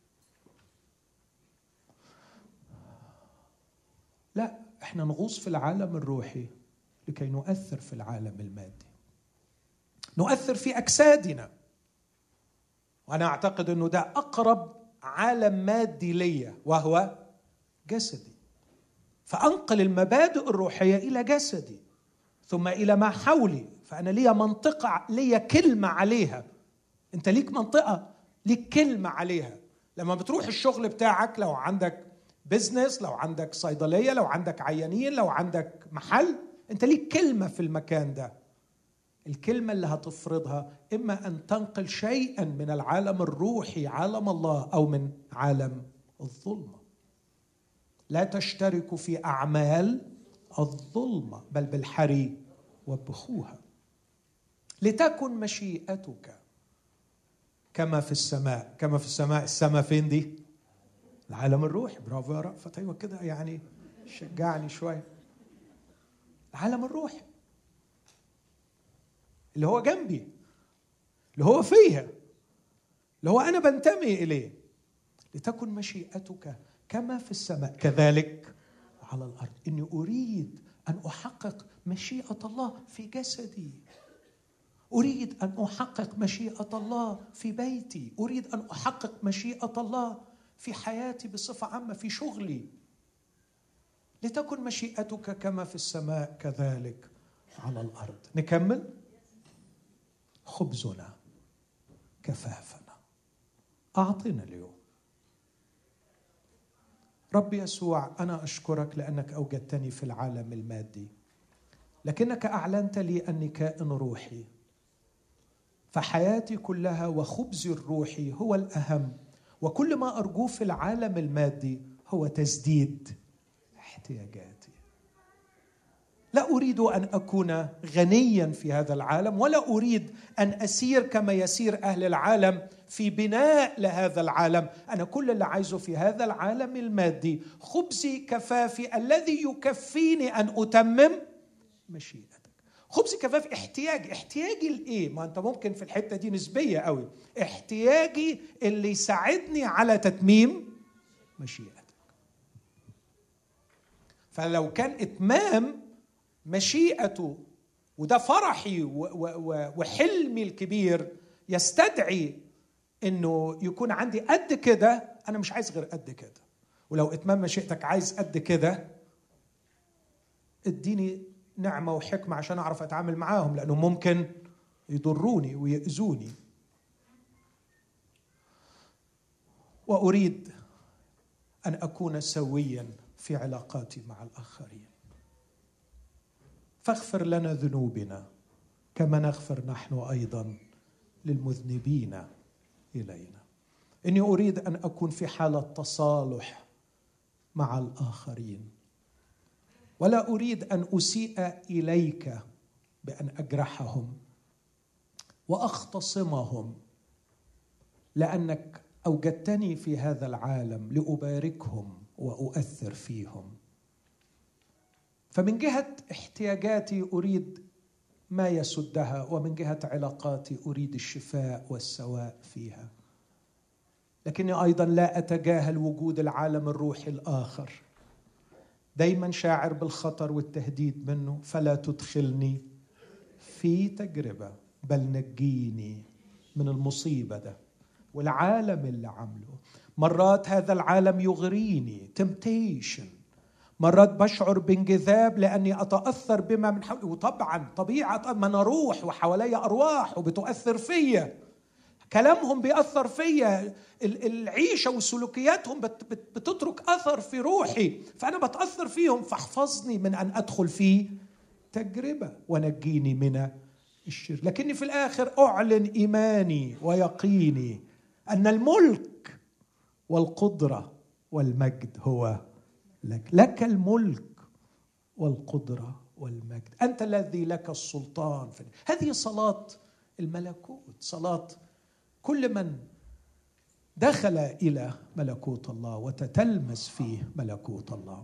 لا، احنا نغوص في العالم الروحي لكي نؤثر في العالم المادي، نؤثر في أجسادنا. وأنا أعتقد أنه ده أقرب عالم مادي لي، وهو جسدي. فأنقل المبادئ الروحية إلى جسدي. ثم إلى ما حولي، فأنا لي منطقة، لي كلمة عليها. أنت ليك منطقة، ليك كلمة عليها. لما بتروح الشغل بتاعك، لو عندك بيزنس، لو عندك صيدلية، لو عندك عيانين، لو عندك محل، أنت ليك كلمة في المكان ده. الكلمة اللي هتفرضها إما أن تنقل شيئا من العالم الروحي، عالم الله، أو من عالم الظلمة. لا تشتركوا في أعمال الظلمة بل بالحري وبخوها. لتكن مشيئتك كما في السماء. كما في السماء، السماء فين دي؟ العالم الروحي. برافو يا رأفت، ايوه كده، يعني شجعني شويه. العالم الروحي اللي هو جنبي، اللي هو فيها، اللي هو انا بنتمي اليه. لتكن مشيئتك كما في السماء كذلك على الارض. اني اريد ان احقق مشيئة الله في جسدي، اريد ان احقق مشيئة الله في بيتي، اريد ان احقق مشيئة الله في حياتي بصفة عامة، في شغلي. لتكن مشيئتك كما في السماء كذلك على الأرض. نكمل. خبزنا كفافنا أعطنا اليوم. رب يسوع، أنا أشكرك لأنك أوجدتني في العالم المادي، لكنك أعلنت لي أني كائن روحي، فحياتي كلها وخبزي الروحي هو الأهم، وكل ما أرجوه في العالم المادي هو تسديد احتياجاتي. لا أريد أن أكون غنيا في هذا العالم، ولا أريد أن أسير كما يسير أهل العالم في بناء لهذا العالم. أنا كل اللي عايزه في هذا العالم المادي خبزي كفافي الذي يكفيني أن أتمم مشيئتك. خبزي كفافي، احتياجي لإيه؟ ما أنت ممكن في الحتة دي نسبية قوي. احتياجي اللي يساعدني على تتميم مشيئتك. فلو كان إتمام مشيئته، وده فرحي وحلمي الكبير، يستدعي انه يكون عندي قد كده، انا مش عايز غير قد كده. ولو اتمام مشيئتك عايز قد كده، اديني نعمة وحكمة عشان اعرف اتعامل معاهم، لانه ممكن يضروني ويؤذوني. واريد ان اكون سويا في علاقاتي مع الاخرين. فاغفر لنا ذنوبنا كما نغفر نحن أيضا للمذنبين إلينا. إني أريد أن أكون في حالة تصالح مع الآخرين، ولا أريد أن أسيء إليك بأن أجرحهم وأختصمهم، لأنك أوجدتني في هذا العالم لأباركهم وأؤثر فيهم. فمن جهة احتياجاتي أريد ما يسدها، ومن جهة علاقاتي أريد الشفاء والسواء فيها. لكني أيضا لا أتجاهل وجود العالم الروحي الآخر، دايما شاعر بالخطر والتهديد منه. فلا تدخلني في تجربة بل نجيني من المصيبة ده والعالم اللي عمله. مرات هذا العالم يغريني، temptation. مرات بشعر بانجذاب لأني أتأثر بما من حولي، وطبعا طبيعة ما أنا روح وحوالي أرواح وبتؤثر فيا، كلامهم بيأثر فيا، العيشة وسلوكياتهم بتترك أثر في روحي، فأنا بتأثر فيهم. فاحفظني من أن أدخل في تجربة ونجيني من الشر. لكني في الآخر أعلن إيماني ويقيني أن الملك والقدرة والمجد هو لك الملك والقدرة والمجد، أنت الذي لك السلطان. هذه صلاة الملكوت، صلاة كل من دخل إلى ملكوت الله وتتلمس فيه ملكوت الله.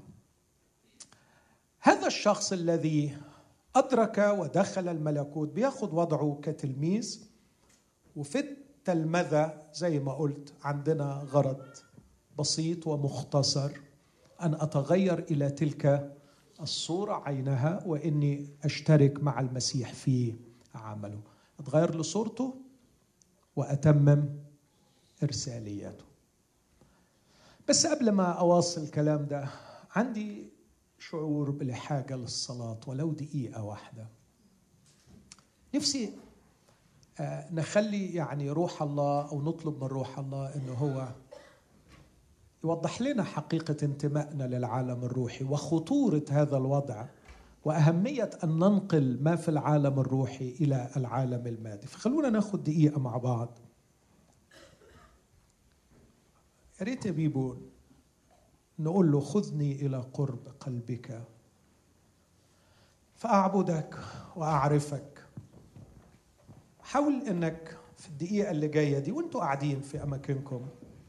هذا الشخص الذي أدرك ودخل الملكوت بياخد وضعه كتلميذ، وفي التلمذة زي ما قلت عندنا غرض بسيط ومختصر، أن أتغير إلى تلك الصورة عينها، وإني أشترك مع المسيح في عمله، أتغير لصورته وأتمم إرساليته. بس قبل ما أواصل الكلام ده، عندي شعور بالحاجة للصلاة ولو دقيقة واحدة. نفسي نخلي يعني روح الله أو نطلب من روح الله إنه هو يوضح لنا حقيقة انتمائنا للعالم الروحي وخطورة هذا الوضع وأهمية أن ننقل ما في العالم الروحي إلى العالم المادي. فخلونا ناخد دقيقة مع بعض. يا ريت يا بيبو نقول له خذني إلى قرب قلبك فأعبدك وأعرفك. حاول أنك في الدقيقة اللي جاية دي وانتوا قاعدين في أماكنكم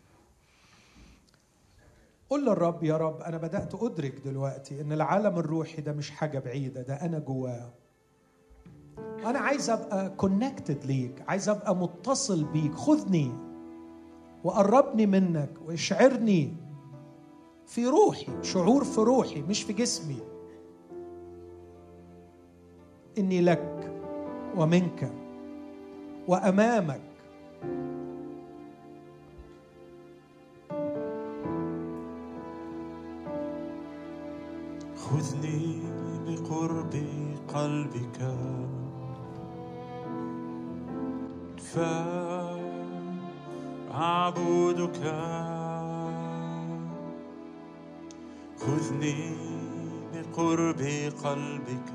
قل للرب يا رب أنا بدأت أدرك دلوقتي أن العالم الروحي ده مش حاجة بعيدة، ده أنا جواه. أنا عايز أبقى كونكتد ليك، عايز أبقى متصل بيك. خذني وقربني منك واشعرني في روحي، شعور في روحي مش في جسمي، إني لك ومنك وأمامك. خذني بقرب قلبك فأعبدك، خذني بقرب قلبك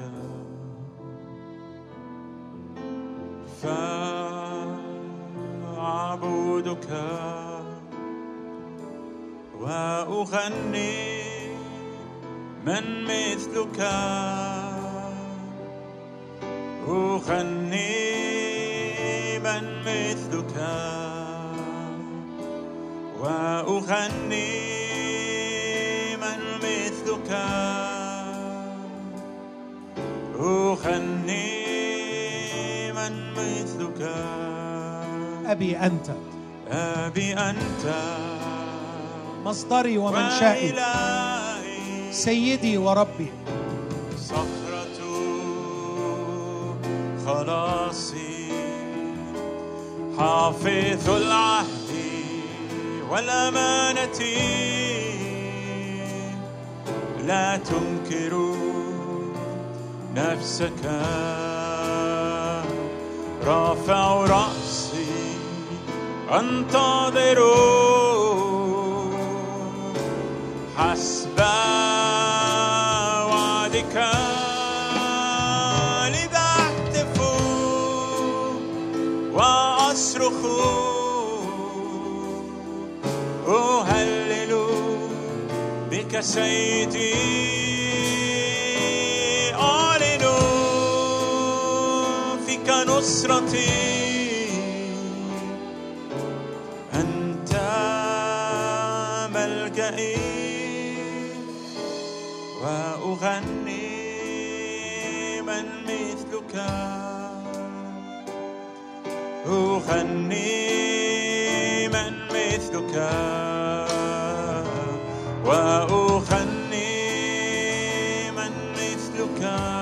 فأعبدك وأغني من مثلك، أغني من مثلك وأغني من مثلك، أغني من مثلك. أبي أنت، أبي أنت مصدري ومنشأي، سيدي وربي، صخرة خلاصي، حافظ العهد والأمانة، لا تنكر نفسك، رافع رأسي أنتظر حسب وعدك، لذا أهتف وأصرخ أهلل بك سيدي، أعلن فيك نصرتي، أنت ملجئي، وأغني من مثلك، أغني من مثلك وأغني من مثلك،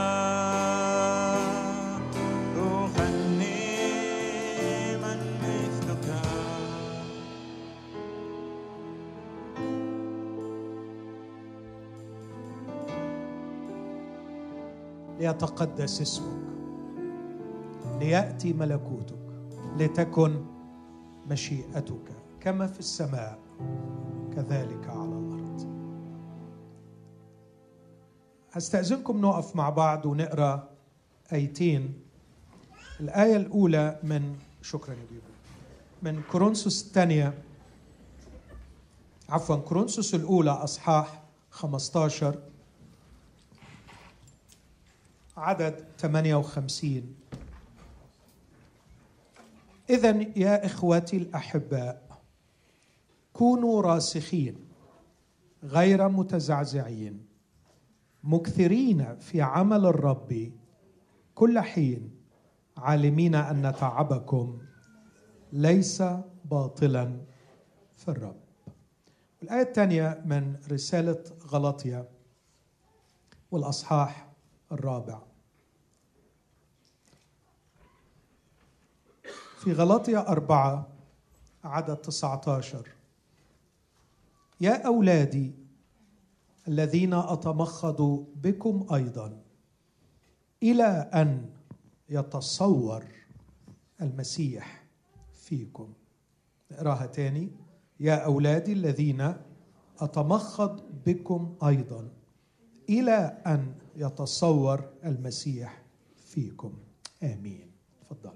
أغني من مثلك. ليتقدس اسمك، ليأتي ملكوتك، لتكن مشيئتك كما في السماء كذلك على الأرض. أستأذنكم نقف مع بعض ونقرأ آيتين. الآية الأولى من شكرا يا بيبو من كورنثوس الثانية، عفوا كورنثوس الأولى أصحاح 15 عدد 58. إذن يا إخوتي الأحباء كونوا راسخين غير متزعزعين، مكثرين في عمل الرب كل حين، عالمين أن تعبكم ليس باطلا في الرب. الآية الثانية من رسالة غلاطيا والأصحاح 4 في غلاطيا 4 عدد 19: يا أولادي الذين أتمخض بكم أيضا إلى أن يتصور المسيح فيكم. نقراها تاني. يا أولادي الذين أتمخض بكم أيضا إلى أن يتصور المسيح فيكم. آمين. تفضل.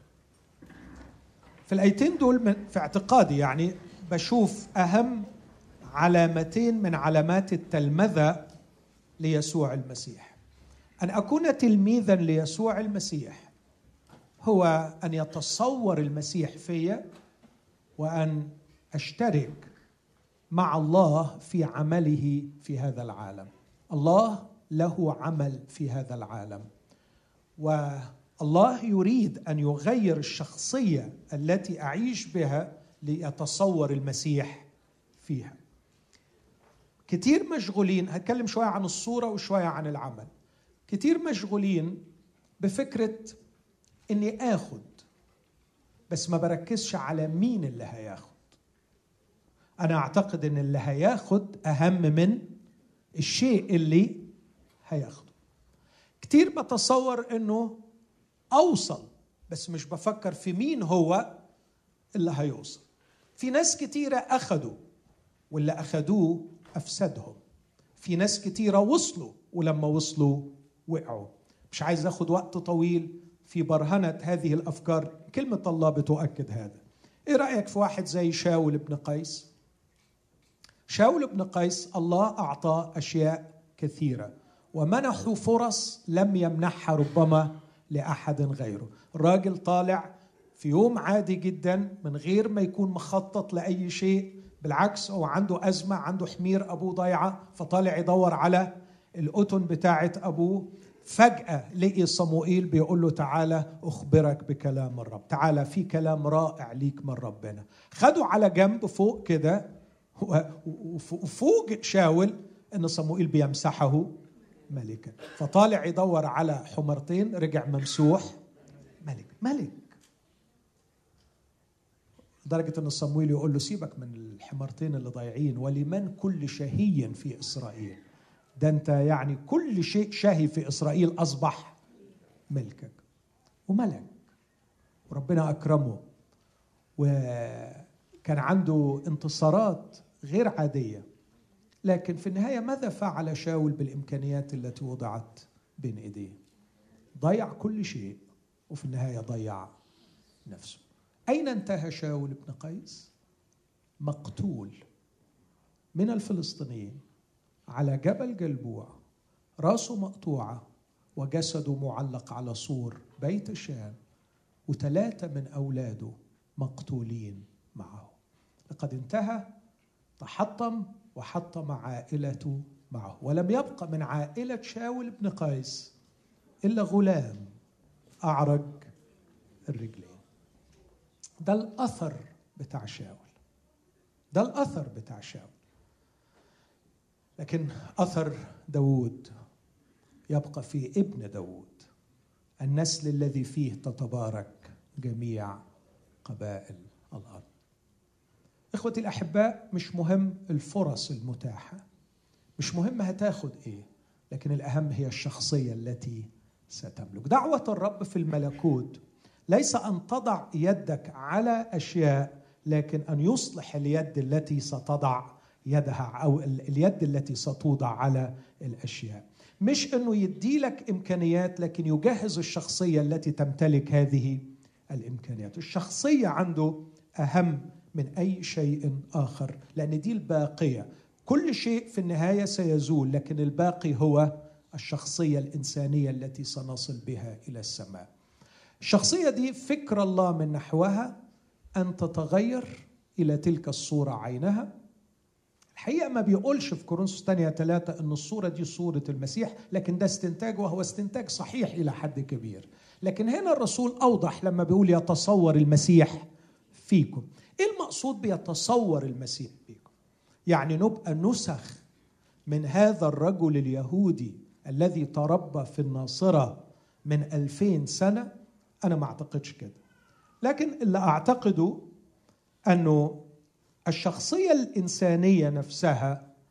في الآيتين دول في اعتقادي يعني بشوف أهم علامتين من علامات التلمذة ليسوع المسيح. أن أكون تلميذا ليسوع المسيح هو أن يتصور المسيح فيا، وأن أشترك مع الله في عمله في هذا العالم. الله له عمل في هذا العالم، والله يريد أن يغير الشخصية التي أعيش بها ليتصور المسيح فيها. كتير مشغولين، هتكلم شوية عن الصورة وشوية عن العمل. كتير مشغولين بفكرة إني آخد، بس ما بركزش على مين اللي هياخد. أنا أعتقد إن اللي هياخد أهم من الشيء اللي هياخده. كتير بتصور إنه أوصل، بس مش بفكر في مين هو اللي هيوصل. في ناس كتيرة أخدوا، واللي أخدوه أفسدهم. في ناس كتيرة وصلوا، ولما وصلوا وقعوا. مش عايز أخد وقت طويل في برهنة هذه الأفكار، كلمة الله بتؤكد هذا. إيه رأيك في واحد زي شاول بن قيس؟ شاول بن قيس الله أعطاه أشياء كثيرة، ومنحوا فرص لم يمنحها ربما لأحد غيره. الراجل طالع في يوم عادي جدا من غير ما يكون مخطط لأي شيء، بالعكس هو عنده أزمة، عنده حمير أبوه ضايعة، فطالع يدور على الأتن بتاعة أبوه. فجأة لقي صموئيل بيقول له تعالى أخبرك بكلام الرب، تعالى في كلام رائع ليك من ربنا. خدوا على جنب فوق كده، وفوق شاول أن صموئيل بيمسحه ملكا. فطالع يدور على حمرتين، رجع ممسوح ملك. لدرجة أن صموئيل يقول له سيبك من الحمرتين اللي ضايعين، ولمن كل شهي في إسرائيل. ده أنت يعني كل شيء شهي في إسرائيل أصبح ملكك. وملك، وربنا أكرمه، وكان عنده انتصارات غير عادية. لكن في النهاية ماذا فعل شاول بالإمكانيات التي وضعت بين إيديه؟ ضيع كل شيء، وفي النهاية ضيع نفسه. أين انتهى شاول بن قيس؟ مقتول من الفلسطينيين على جبل جلبوع، راسه مقطوعة وجسده معلق على سور بيت شان، و3 من أولاده مقتولين معه. لقد انتهى، تحطم وحطم عائلته معه، ولم يبقى من عائلة شاول بن قيس إلا غلام أعرج الرجلين. ده الأثر بتاع شاول، ده الأثر بتاع شاول. لكن أثر داود يبقى في ابن داود، النسل الذي فيه تتبارك جميع قبائل الأرض. إخوتي الأحباء، مش مهم الفرص المتاحة، مش مهم هتاخد إيه، لكن الأهم هي الشخصية التي ستملك. دعوة الرب في الملكوت ليس أن تضع يدك على أشياء، لكن أن يصلح اليد التي ستضع يدها، أو اليد التي ستوضع على الأشياء. مش أنه يدي لك إمكانيات، لكن يجهز الشخصية التي تمتلك هذه الإمكانيات. الشخصية عنده أهم من أي شيء آخر، لأن دي الباقية. كل شيء في النهاية سيزول، لكن الباقي هو الشخصية الإنسانية التي سنصل بها إلى السماء. الشخصية دي فكر الله من نحوها أن تتغير إلى تلك الصورة عينها. الحقيقة ما بيقولش في كورنثوس الثانية 3 أن الصورة دي صورة المسيح، لكن ده استنتاج، وهو استنتاج صحيح إلى حد كبير. لكن هنا الرسول أوضح لما بيقول يتصور المسيح فيكم. إيه المقصود بيتصور المسيح فيكم؟ يعني نبقى نسخ من هذا الرجل اليهودي الذي تربى في الناصرة من 2000 سنة؟ أنا ما أعتقدش كده، لكن اللي أعتقده أنه الشخصية الإنسانية نفسها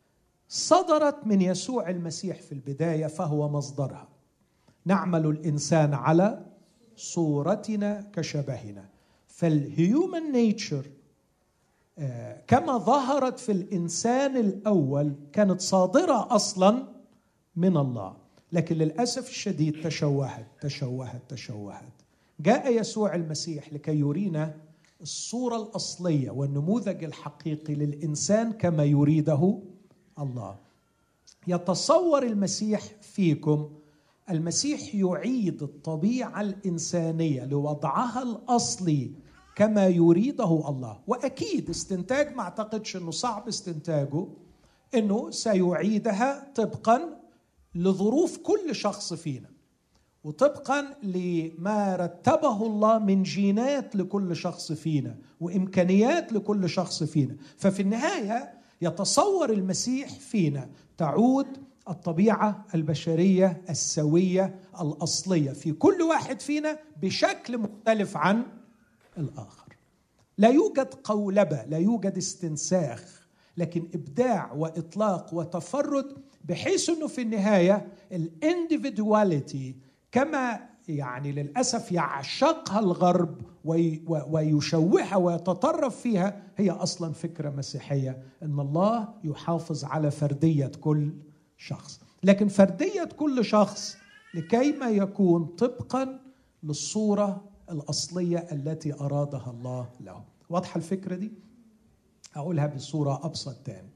صدرت من يسوع المسيح في البداية فهو مصدرها. نعمل الإنسان على صورتنا كشبهنا. فالهيومن نيتشر كما ظهرت في الإنسان الأول كانت صادرة أصلا من الله، لكن للأسف الشديد تشوهت. جاء يسوع المسيح لكي يرينا الصورة الأصلية والنموذج الحقيقي للإنسان كما يريده الله. يتصور المسيح فيكم، المسيح يعيد الطبيعة الإنسانية لوضعها الأصلي كما يريده الله. وأكيد استنتاج ما أعتقدش أنه صعب استنتاجه، أنه سيعيدها طبقا لظروف كل شخص فينا، وطبقا لما رتبه الله من جينات لكل شخص فينا وإمكانيات لكل شخص فينا. ففي النهاية يتصور المسيح فينا تعود الطبيعة البشرية السوية الأصلية في كل واحد فينا بشكل مختلف عن الآخر. لا يوجد قولبة، لا يوجد استنساخ، لكن إبداع وإطلاق وتفرد، بحيث أنه في النهاية الانديفيدواليتي كما يعني للأسف يعشقها الغرب ويشوهها ويتطرف فيها، هي أصلا فكرة مسيحية، أن الله يحافظ على فردية كل شخص، لكن فردية كل شخص لكيما يكون طبقا للصورة الأصلية التي أرادها الله له. واضحة الفكرة دي؟ أقولها بصورة أبسط تاني.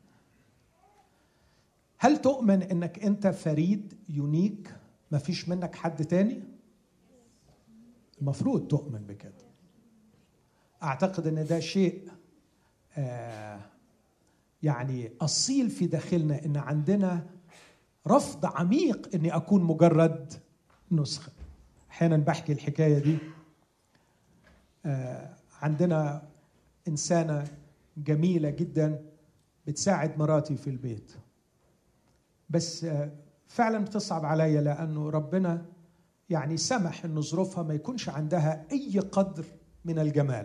هل تؤمن أنك أنت فريد يونيك ما فيش منك حد تاني؟ المفروض تؤمن بكده. أعتقد أن ده شيء يعني أصيل في داخلنا، أن عندنا رفض عميق أني أكون مجرد نسخة. أحيانا بحكي الحكاية دي. عندنا إنسانة جميلة جدا بتساعد مراتي في البيت، بس فعلا بتصعب عليا لأنه ربنا يعني سمح أن ظروفها ما يكونش عندها أي قدر من الجمال.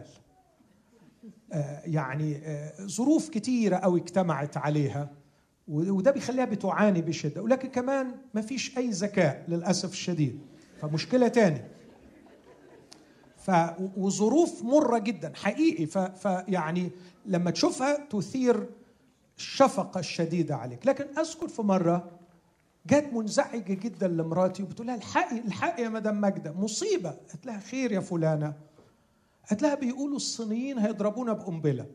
يعني ظروف كتيرة أو اجتمعت عليها، وده بيخليها بتعاني بشدة، ولكن كمان ما فيش أي ذكاء للأسف الشديد، فمشكلة تاني. وظروف مرة جدا حقيقي، فيعني لما تشوفها تثير الشفقة الشديدة عليك. لكن أذكر في مرة جات منزعجة جدا لمراتي وبتقول لها الحقي يا مدام ماجدة، مصيبة. قالت لها خير يا فلانة؟ قالت لها بيقولوا الصينيين هيضربونا بقنبلة.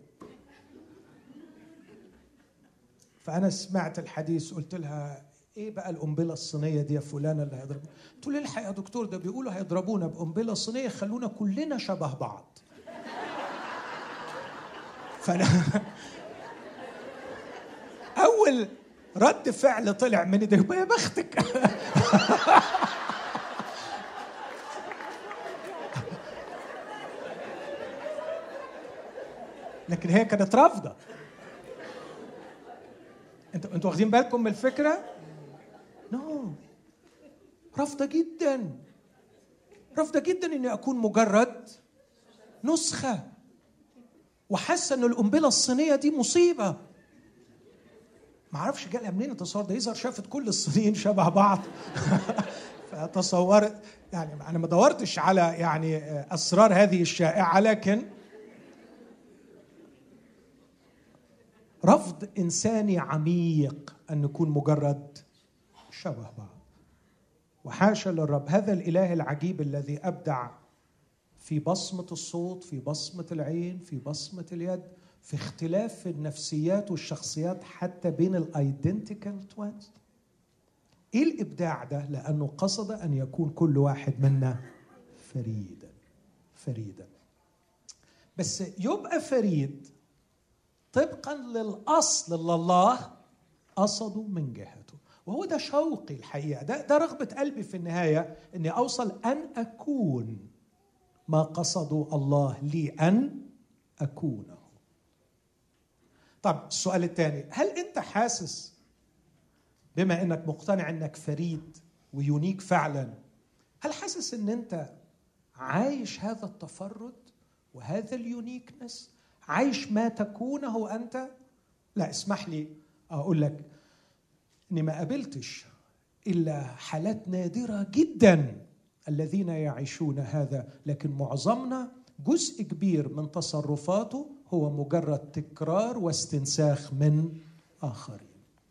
فأنا سمعت الحديث، قلت لها ايه بقى القنبلة الصينية دي يا فلانة اللي هيضربونا؟ تقول لي الحق يا دكتور، ده بيقولوا هيضربونا بقنبلة صينية خلونا كلنا شبه بعض. فأنا أول رد فعل طلع من ده يا بختك. لكن هي كانت رافضة. انتوا واخدين بالكم من الفكرة؟ رافضة جدا، رافضة جدا اني اكون مجرد نسخة، وحاسة ان القنبلة الصينية دي مصيبة. ما اعرفش جالها منين التصور ده، يظهر شافت كل الصينيين شبه بعض. فتصورت، يعني انا ما دورتش على يعني اسرار هذه الشائعة، لكن رفض إنساني عميق أن نكون مجرد شبه بعض. وحاشا للرب، هذا الإله العجيب الذي أبدع في بصمة الصوت، في بصمة العين، في بصمة اليد، في اختلاف النفسيات والشخصيات حتى بين الايدنتيكال توينز. ايه الابداع ده؟ لانه قصد ان يكون كل واحد منا فريدا. بس يبقى فريد طبقا للاصل اللي الله قصده من جهته. وهو ده شوقي الحقيقه، ده رغبه قلبي في النهايه، اني اوصل ان اكون ما قصده الله لي ان اكونه. طب السؤال الثاني، هل انت حاسس بما انك مقتنع انك فريد ويونيك فعلا، هل حاسس ان انت عايش هذا التفرد وهذا اليونيكنس؟ عايش ما تكونه انت؟ لا، اسمح لي اقول لك، إني ما قابلتش إلا حالات نادرة جدا الذين يعيشون هذا، لكن معظمنا جزء كبير من تصرفاته هو مجرد تكرار واستنساخ من آخرين.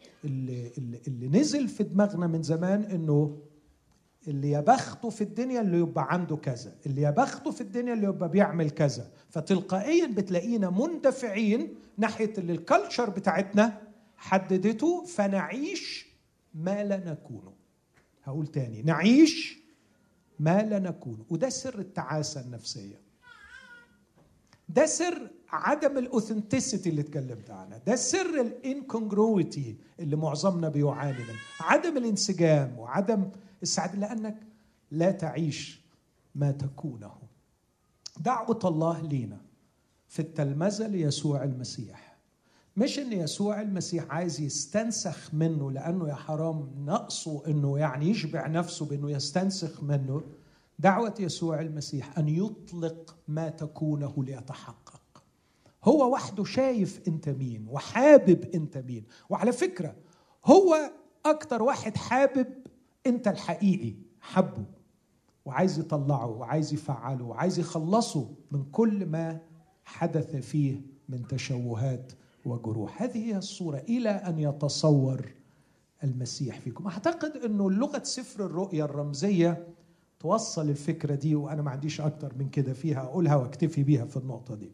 اللي نزل في دماغنا من زمان إنه اللي يبخته في الدنيا اللي يبقى عنده كذا، اللي يبخته في الدنيا اللي يبقى بيعمل كذا، فتلقائيا بتلاقينا مندفعين ناحية اللي الكالتشر بتاعتنا حددته، فنعيش ما لا نكونه. هقول تاني، نعيش ما لا نكونه. وده سر التعاسة النفسية، ده سر عدم الاوثنتسيتي اللي اتكلمت عنها، ده سر الانكونجرويتي اللي معظمنا بيعاني منه، عدم الانسجام وعدم السعادة، لأنك لا تعيش ما تكونه. دعوة الله لينا في التلمذة ليسوع المسيح، مش ان يسوع المسيح عايز يستنسخ منه، لأنه يا حرام نقصه انه يعني يشبع نفسه بانه يستنسخ منه. دعوة يسوع المسيح أن يطلق ما تكونه ليتحقق. هو وحده شايف أنت مين وحابب أنت مين، وعلى فكرة هو أكتر واحد حابب أنت الحقيقي، حبه وعايز يطلعه وعايز يفعله وعايز يخلصه من كل ما حدث فيه من تشوهات وجروح. هذه هي الصورة إلى أن يتصور المسيح فيكم. أعتقد أنه لغة سفر الرؤيا الرمزية توصل الفكرة دي، وأنا ما عنديش أكتر من كده فيها أقولها واكتفي بيها في النقطة دي.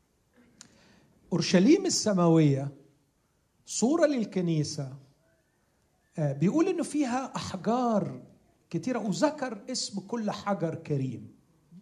أورشليم السماوية صورة للكنيسة، بيقول إنه فيها أحجار كتيرة، وذكر اسم كل حجر كريم.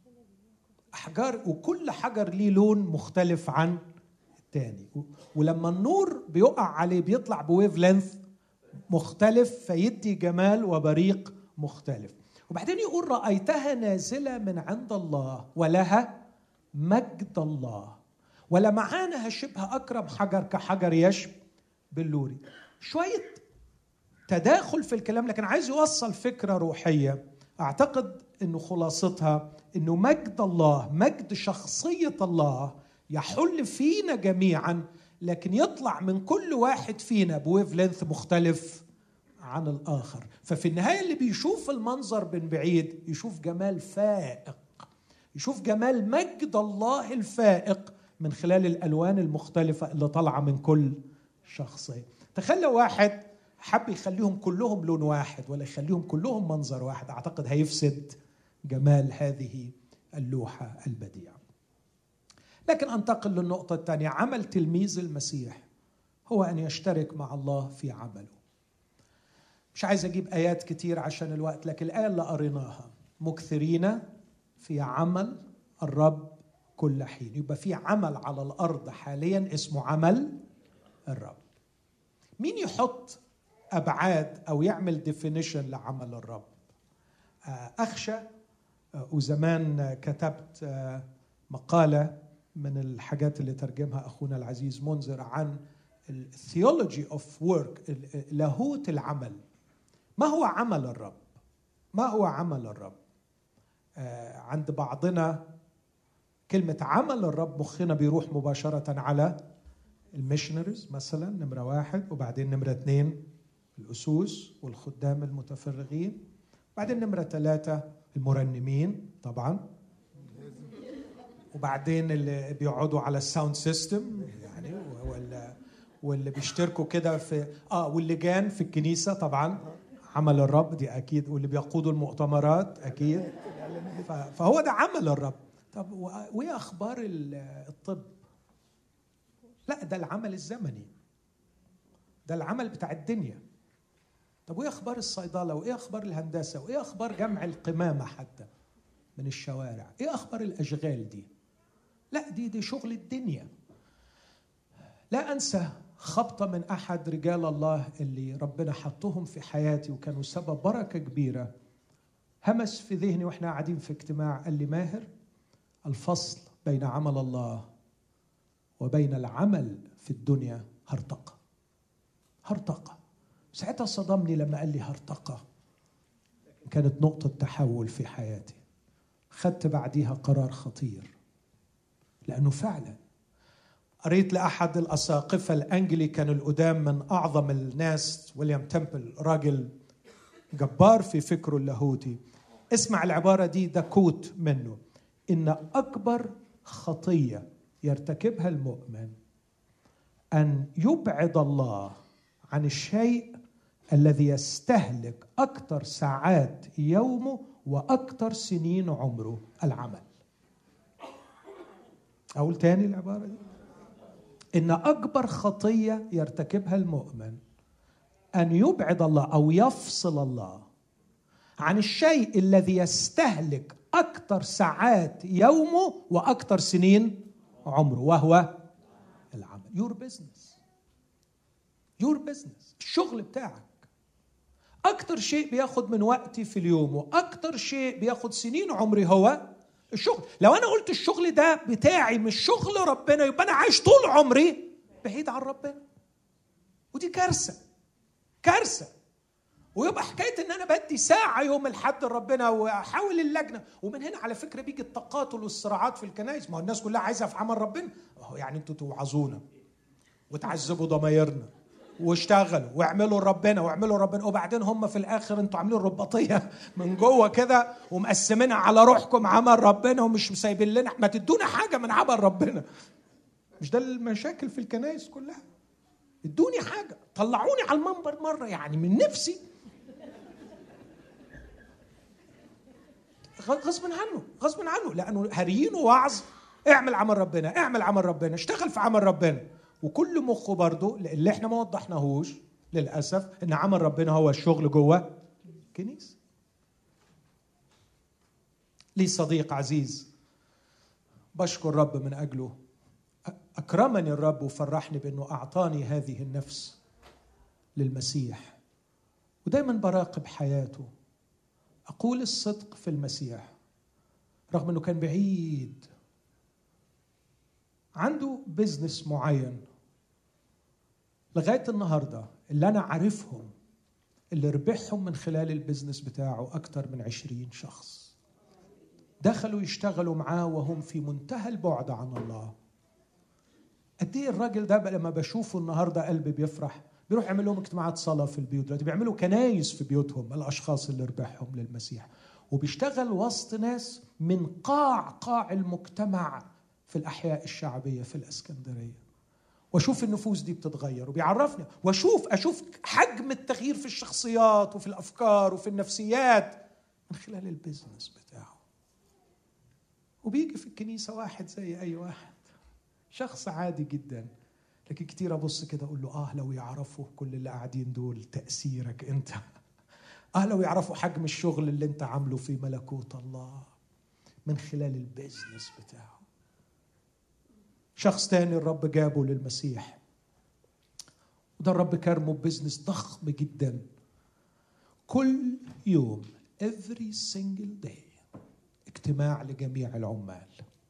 أحجار، وكل حجر ليه لون مختلف عن التاني، ولما النور بيقع عليه بيطلع بويف لينث مختلف فيدي جمال وبريق مختلف. وبعدين يقول رأيتها نازلة من عند الله ولها مجد الله ولمعانها شبه أكرم حجر كحجر يشب باللوري. شوية تداخل في الكلام، لكن عايز يوصل فكرة روحية. أعتقد أنه خلاصتها أنه مجد الله، مجد شخصية الله يحل فينا جميعا، لكن يطلع من كل واحد فينا بويف لينث مختلف عن الآخر. ففي النهاية اللي بيشوف المنظر من بعيد يشوف جمال فائق، يشوف جمال مجد الله الفائق من خلال الألوان المختلفة اللي طالعة من كل شخصية. تخيل لو واحد حب يخليهم كلهم لون واحد ولا يخليهم كلهم منظر واحد، أعتقد هيفسد جمال هذه اللوحة البديعة. لكن أنتقل للنقطة الثانية. عمل تلميذ المسيح هو أن يشترك مع الله في عمله. مش عايز أجيب آيات كتير عشان الوقت، لكن الآية اللي قريناها مكثرين في عمل الرب كل حين. يبقى في عمل على الأرض حاليا اسمه عمل الرب. مين يحط أبعاد أو يعمل ديفينيشن لعمل الرب؟ أخشى، وزمان كتبت مقالة من الحاجات اللي ترجمها أخونا العزيز منذر عن الثيولوجي اوف ورك، لاهوت العمل. ما هو عمل الرب؟ ما هو عمل الرب؟ عند بعضنا كلمة عمل الرب مخنا بيروح مباشرة على الميشنريز مثلا نمرة 1، وبعدين نمرة 2 الأسوس والخدام المتفرغين، بعدين نمرة 3 المرنمين طبعا، وبعدين اللي بيقعدوا على الساوند سيستم يعني، واللي بيشتركوا كده في واللجان في الكنيسة طبعا عمل الرب دي أكيد، واللي بيقودوا المؤتمرات أكيد. فهو ده عمل الرب. طب وإيه أخبار الطب؟ لا، ده العمل الزمني، ده العمل بتاع الدنيا. طب وإيه أخبار الصيدلة؟ وإيه أخبار الهندسة؟ وإيه أخبار جمع القمامة حتى من الشوارع؟ إيه أخبار الأشغال دي؟ لا، دي شغل الدنيا. لا أنسى خبطة من أحد رجال الله اللي ربنا حطهم في حياتي وكانوا سبب بركة كبيرة. همس في ذهني وإحنا قاعدين في اجتماع، قال لي ماهر، الفصل بين عمل الله وبين العمل في الدنيا هرطقة. هرطقة. ساعتها صدمني لما قال لي هرطقة، كانت نقطة تحول في حياتي. خدت بعديها قرار خطير، لأنه فعلا قريت لأحد الأساقفة الأنجليكان القدام من أعظم الناس، ويليام تمبل، راجل جبار في فكره اللاهوتي. اسمع العبارة دي، ده كوت منه: إن أكبر خطية يرتكبها المؤمن أن يبعد الله عن الشيء الذي يستهلك أكثر ساعات يومه وأكثر سنين عمره، العمل. أقول تاني العبارة دي: إن أكبر خطية يرتكبها المؤمن أن يبعد الله أو يفصل الله عن الشيء الذي يستهلك أكثر ساعات يومه وأكثر سنين عمره، وهو العمل. Your business، الشغل بتاعك. أكثر شيء بياخد من وقتي في اليوم وأكثر شيء بياخد سنين عمري هو الشغل. لو أنا قلت الشغل ده بتاعي مش شغل ربنا، يبقى أنا عايش طول عمري بعيد عن ربنا، ودي كارثة. ويبقى حكاية إن أنا بدي ساعة يوم الحد لربنا وأحاول اللجنة. ومن هنا على فكرة بيجي التقاتل والصراعات في الكنائس. ما هو الناس كلها عايزة في عمل ربنا. يعني أنتوا توعظونا وتعذبوا ضمايرنا واشتغلوا واعملوا ربنا، وبعدين هم في الآخر أنتوا عاملين رباطية من جوه كده ومقسمينها على روحكم عمل ربنا، ومش مسايبين لنا ما تدونا حاجة من عمل ربنا. مش ده المشاكل في الكنائس كلها؟ ادوني حاجة، طلعوني على المنبر مرة يعني من نفسي، غصب عنه، لأنه هريين وعظ. اعمل عمل ربنا، اشتغل في عمل ربنا. وكل مخه برضو اللي احنا ما وضحناهوش للأسف ان عمل ربنا هو الشغل جوه الكنيسة. لي صديق عزيز بشكر الرب من أجله، أكرمني الرب وفرحني بأنه أعطاني هذه النفس للمسيح، ودايما براقب حياته. أقول الصدق في المسيح، رغم أنه كان بعيد، عنده بيزنس معين لغاية النهاردة اللي أنا عارفهم اللي ربحهم من خلال البيزنس بتاعه أكتر من 20 شخص دخلوا يشتغلوا معاه وهم في منتهى البعد عن الله. قد ايه الراجل ده لما بشوفه النهارده قلبي بيفرح. بيروح يعمل لهم اجتماعات صلاة في البيوت، دلوقتي بيعملوا كنايس في بيوتهم الأشخاص اللي ربحهم للمسيح، وبيشتغل وسط ناس من قاع المجتمع في الأحياء الشعبية في الإسكندرية. واشوف النفوس دي بتتغير، وبيعرفني واشوف حجم التغيير في الشخصيات وفي الأفكار وفي النفسيات من خلال البيزنس بتاعه. وبيجي في الكنيسة واحد زي أي واحد، شخص عادي جدا، لكن كتير أبص كده أقول له لو يعرفوا كل اللي قاعدين دول تأثيرك أنت، لو يعرفوا حجم الشغل اللي أنت عامله في ملكوت الله من خلال البيزنس بتاعه. شخص تاني الرب جابه للمسيح، وده الرب كرمه ببيزنس ضخم جدا. كل يوم every single day اجتماع لجميع العمال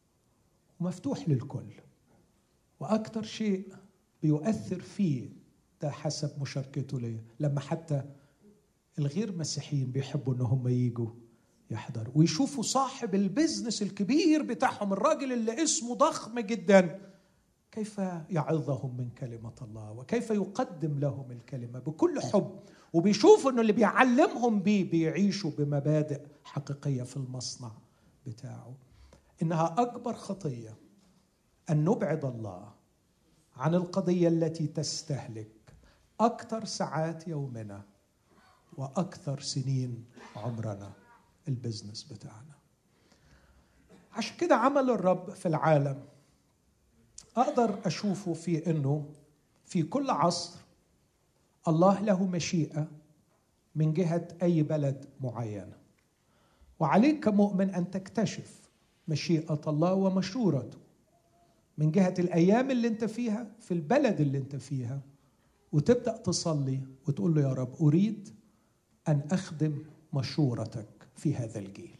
ومفتوح للكل. وأكتر شيء بيؤثر فيه ده حسب مشاركته ليه، لما حتى الغير مسيحيين بيحبوا انهم ييجوا يحضروا ويشوفوا صاحب البزنس الكبير بتاعهم، الراجل اللي اسمه ضخم جدا، كيف يعظهم من كلمة الله وكيف يقدم لهم الكلمة بكل حب. وبيشوفوا انه اللي بيعلمهم بيه بيعيشوا بمبادئ حقيقية في المصنع بتاعه. إنها أكبر خطية أن نبعد الله عن القضية التي تستهلك أكثر ساعات يومنا وأكثر سنين عمرنا، البزنس بتاعنا. عشان كده عمل الرب في العالم أقدر أشوفه في أنه في كل عصر الله له مشيئة من جهة أي بلد معينة، وعليك كمؤمن أن تكتشف مشيئة الله ومشورته من جهة الأيام اللي انت فيها في البلد اللي انت فيها، وتبدأ تصلي وتقول له يا رب أريد أن أخدم مشورتك في هذا الجيل.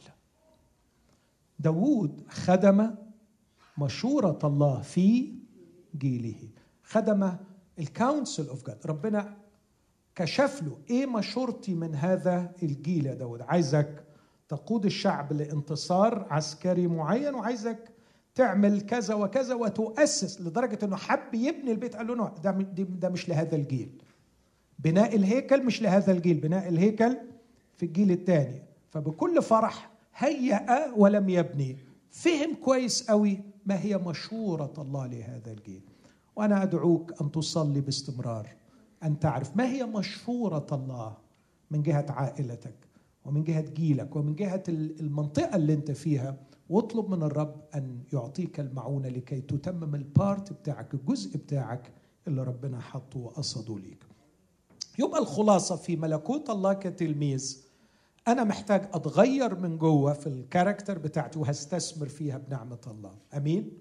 داود خدم مشورة الله في جيله، خدم الكونسل اوف جاد. ربنا كشف له ايه مشورتي من هذا الجيل يا داود، عايزك تقود الشعب لانتصار عسكري معين، وعايزك تعمل كذا وكذا وتؤسس، لدرجة أنه حب يبني البيت. قال له ده مش لهذا الجيل، بناء الهيكل مش لهذا الجيل، بناء الهيكل في الجيل الثاني. فبكل فرح هيأ ولم يبني، فهم كويس قوي ما هي مشورة الله لهذا الجيل. وأنا أدعوك أن تصلي باستمرار، أن تعرف ما هي مشورة الله من جهة عائلتك ومن جهة جيلك ومن جهة المنطقة اللي انت فيها، واطلب من الرب أن يعطيك المعونة لكي تتمم البارت بتاعك، الجزء بتاعك اللي ربنا حطه وقصده ليك. يبقى الخلاصة في ملكوت الله كتلميذ، أنا محتاج أتغير من جوه في الكاركتر بتاعتي وهستثمر فيها بنعمة الله. أمين؟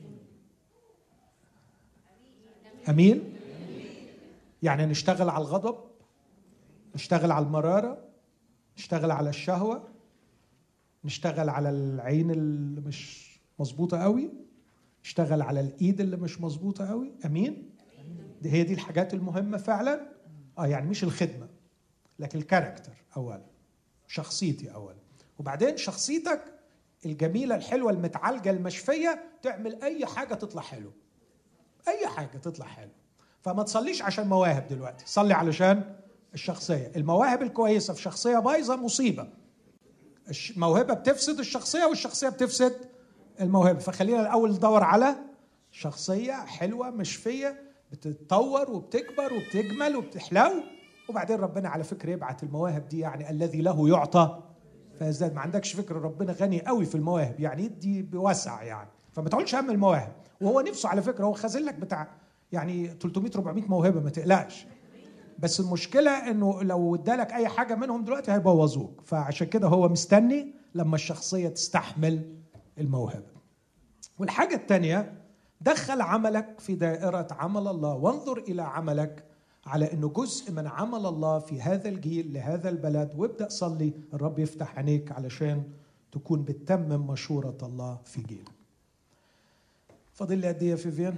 أمين؟ يعني نشتغل على الغضب، نشتغل على المرارة، نشتغل على الشهوة، نشتغل على العين اللي مش مظبوطة قوي، نشتغل على الإيد اللي مش مظبوطة قوي. أمين؟ هي دي الحاجات المهمة فعلا. يعني مش الخدمة، لكن الكاركتر أولا، شخصيتي أولا، وبعدين شخصيتك الجميلة الحلوة المتعالجة المشفية تعمل أي حاجة تطلع حلو، أي حاجة تطلع حلو. فما تصليش عشان مواهب دلوقتي، صلي علشان الشخصية. المواهب الكويسة في شخصية بايظة مصيبة. الموهبة بتفسد الشخصية والشخصية بتفسد الموهبة. فخلينا الأول ندور على شخصية حلوة مشفية بتتطور وبتكبر وبتجمل وبتحلو، وبعدين ربنا على فكرة يبعت المواهب دي. يعني الذي له يعطى فيزداد. ما عندكش فكرة ربنا غني قوي في المواهب، يعني يدي بوسع يعني. فما تقولش هم المواهب، وهو نفسه على فكرة هو خازن لك بتاع يعني 300-400 موهبة، ما تقلقش. بس المشكلة انه لو ادالك اي حاجة منهم دلوقتي هيبوظوك. فعشان كده هو مستني لما الشخصية تستحمل الموهبة. والحاجة الثانية، دخل عملك في دائرة عمل الله، وانظر إلى عملك على أنه جزء من عمل الله في هذا الجيل لهذا البلد، وابدأ صلي الرب يفتح عينيك علشان تكون بتتمم مشورة الله في جيلك. فاضل لي قد ايه يا فيفيان؟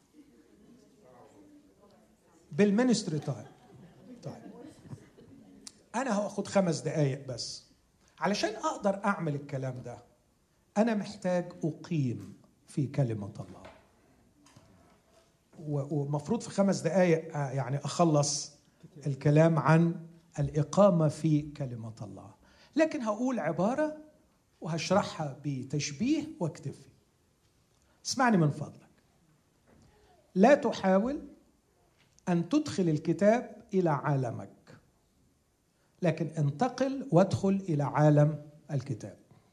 بالمينستري تايم. طيب أنا هاخد 5 دقايق بس. علشان أقدر أعمل الكلام ده أنا محتاج أقيم في كلمة الله، ومفروض في 5 دقايق يعني أخلص الكلام عن الإقامة في كلمة الله. لكن هقول عبارة وهشرحها بتشبيه واكتفي. اسمعني من فضلك. لا تحاول أن تدخل الكتاب إلى عالمك، لكن انتقل وادخل إلى عالم الكتاب.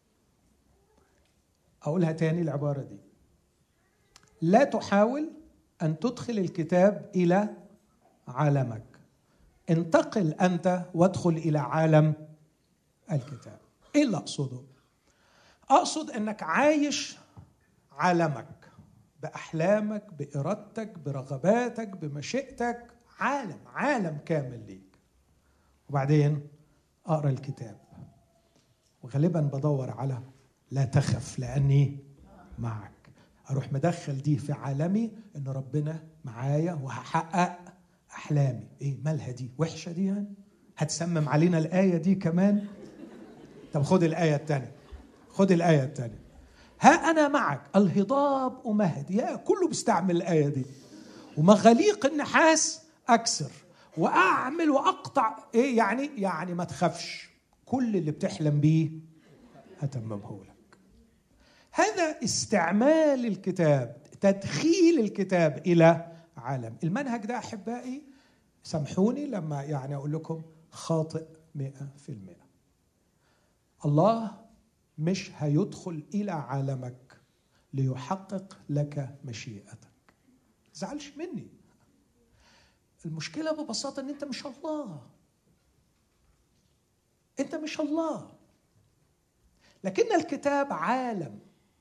أقولها تاني العبارة دي. لا تحاول أن تدخل الكتاب إلى عالمك، انتقل أنت وادخل إلى عالم الكتاب. إيه اللي أقصده؟ أقصد أنك عايش عالمك بأحلامك، بإرادتك، برغباتك، بمشيئتك، عالم كامل ليك. وبعدين أقرأ الكتاب، وغالبا بدور على لا تخف لأني معك. أروح مدخل دي في عالمي إن ربنا معايا وهحقق أحلامي. إيه مالها دي؟ وحشة دي يعني؟ هتسمم علينا الآية دي كمان؟ طب خد الآية الثانية، خد الآية الثانية. ها أنا معك الهضاب أمهد. يا كله بيستعمل الآية دي. ومغاليق النحاس أكسر وأعمل وأقطع. إيه يعني ما تخافش، كل اللي بتحلم بيه هتممه لك. هذا استعمال الكتاب، تدخيل الكتاب إلى عالم. المنهج ده أحبائي سامحوني لما يعني أقول لكم خاطئ 100%. الله مش هيدخل إلى عالمك ليحقق لك مشيئتك. زعلش مني. المشكلة ببساطة أن أنت مش الله. أنت مش الله. لكن الكتاب عالم،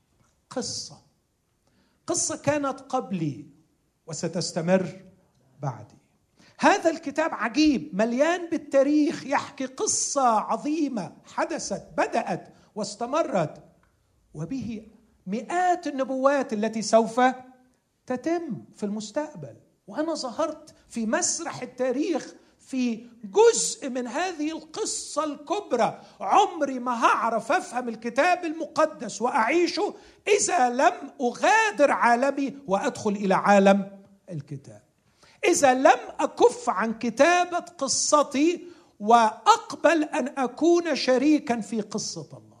قصة كانت قبلي وستستمر بعدي. هذا الكتاب عجيب، مليان بالتاريخ، يحكي قصة عظيمة حدثت، بدأت واستمرت، وبه مئات النبوات التي سوف تتم في المستقبل. وأنا ظهرت في مسرح التاريخ في جزء من هذه القصة الكبرى. عمري ما هعرف أفهم الكتاب المقدس وأعيشه إذا لم أغادر عالمي وأدخل إلى عالم الكتاب، إذا لم أكف عن كتابة قصتي وأقبل أن أكون شريكا في قصة الله.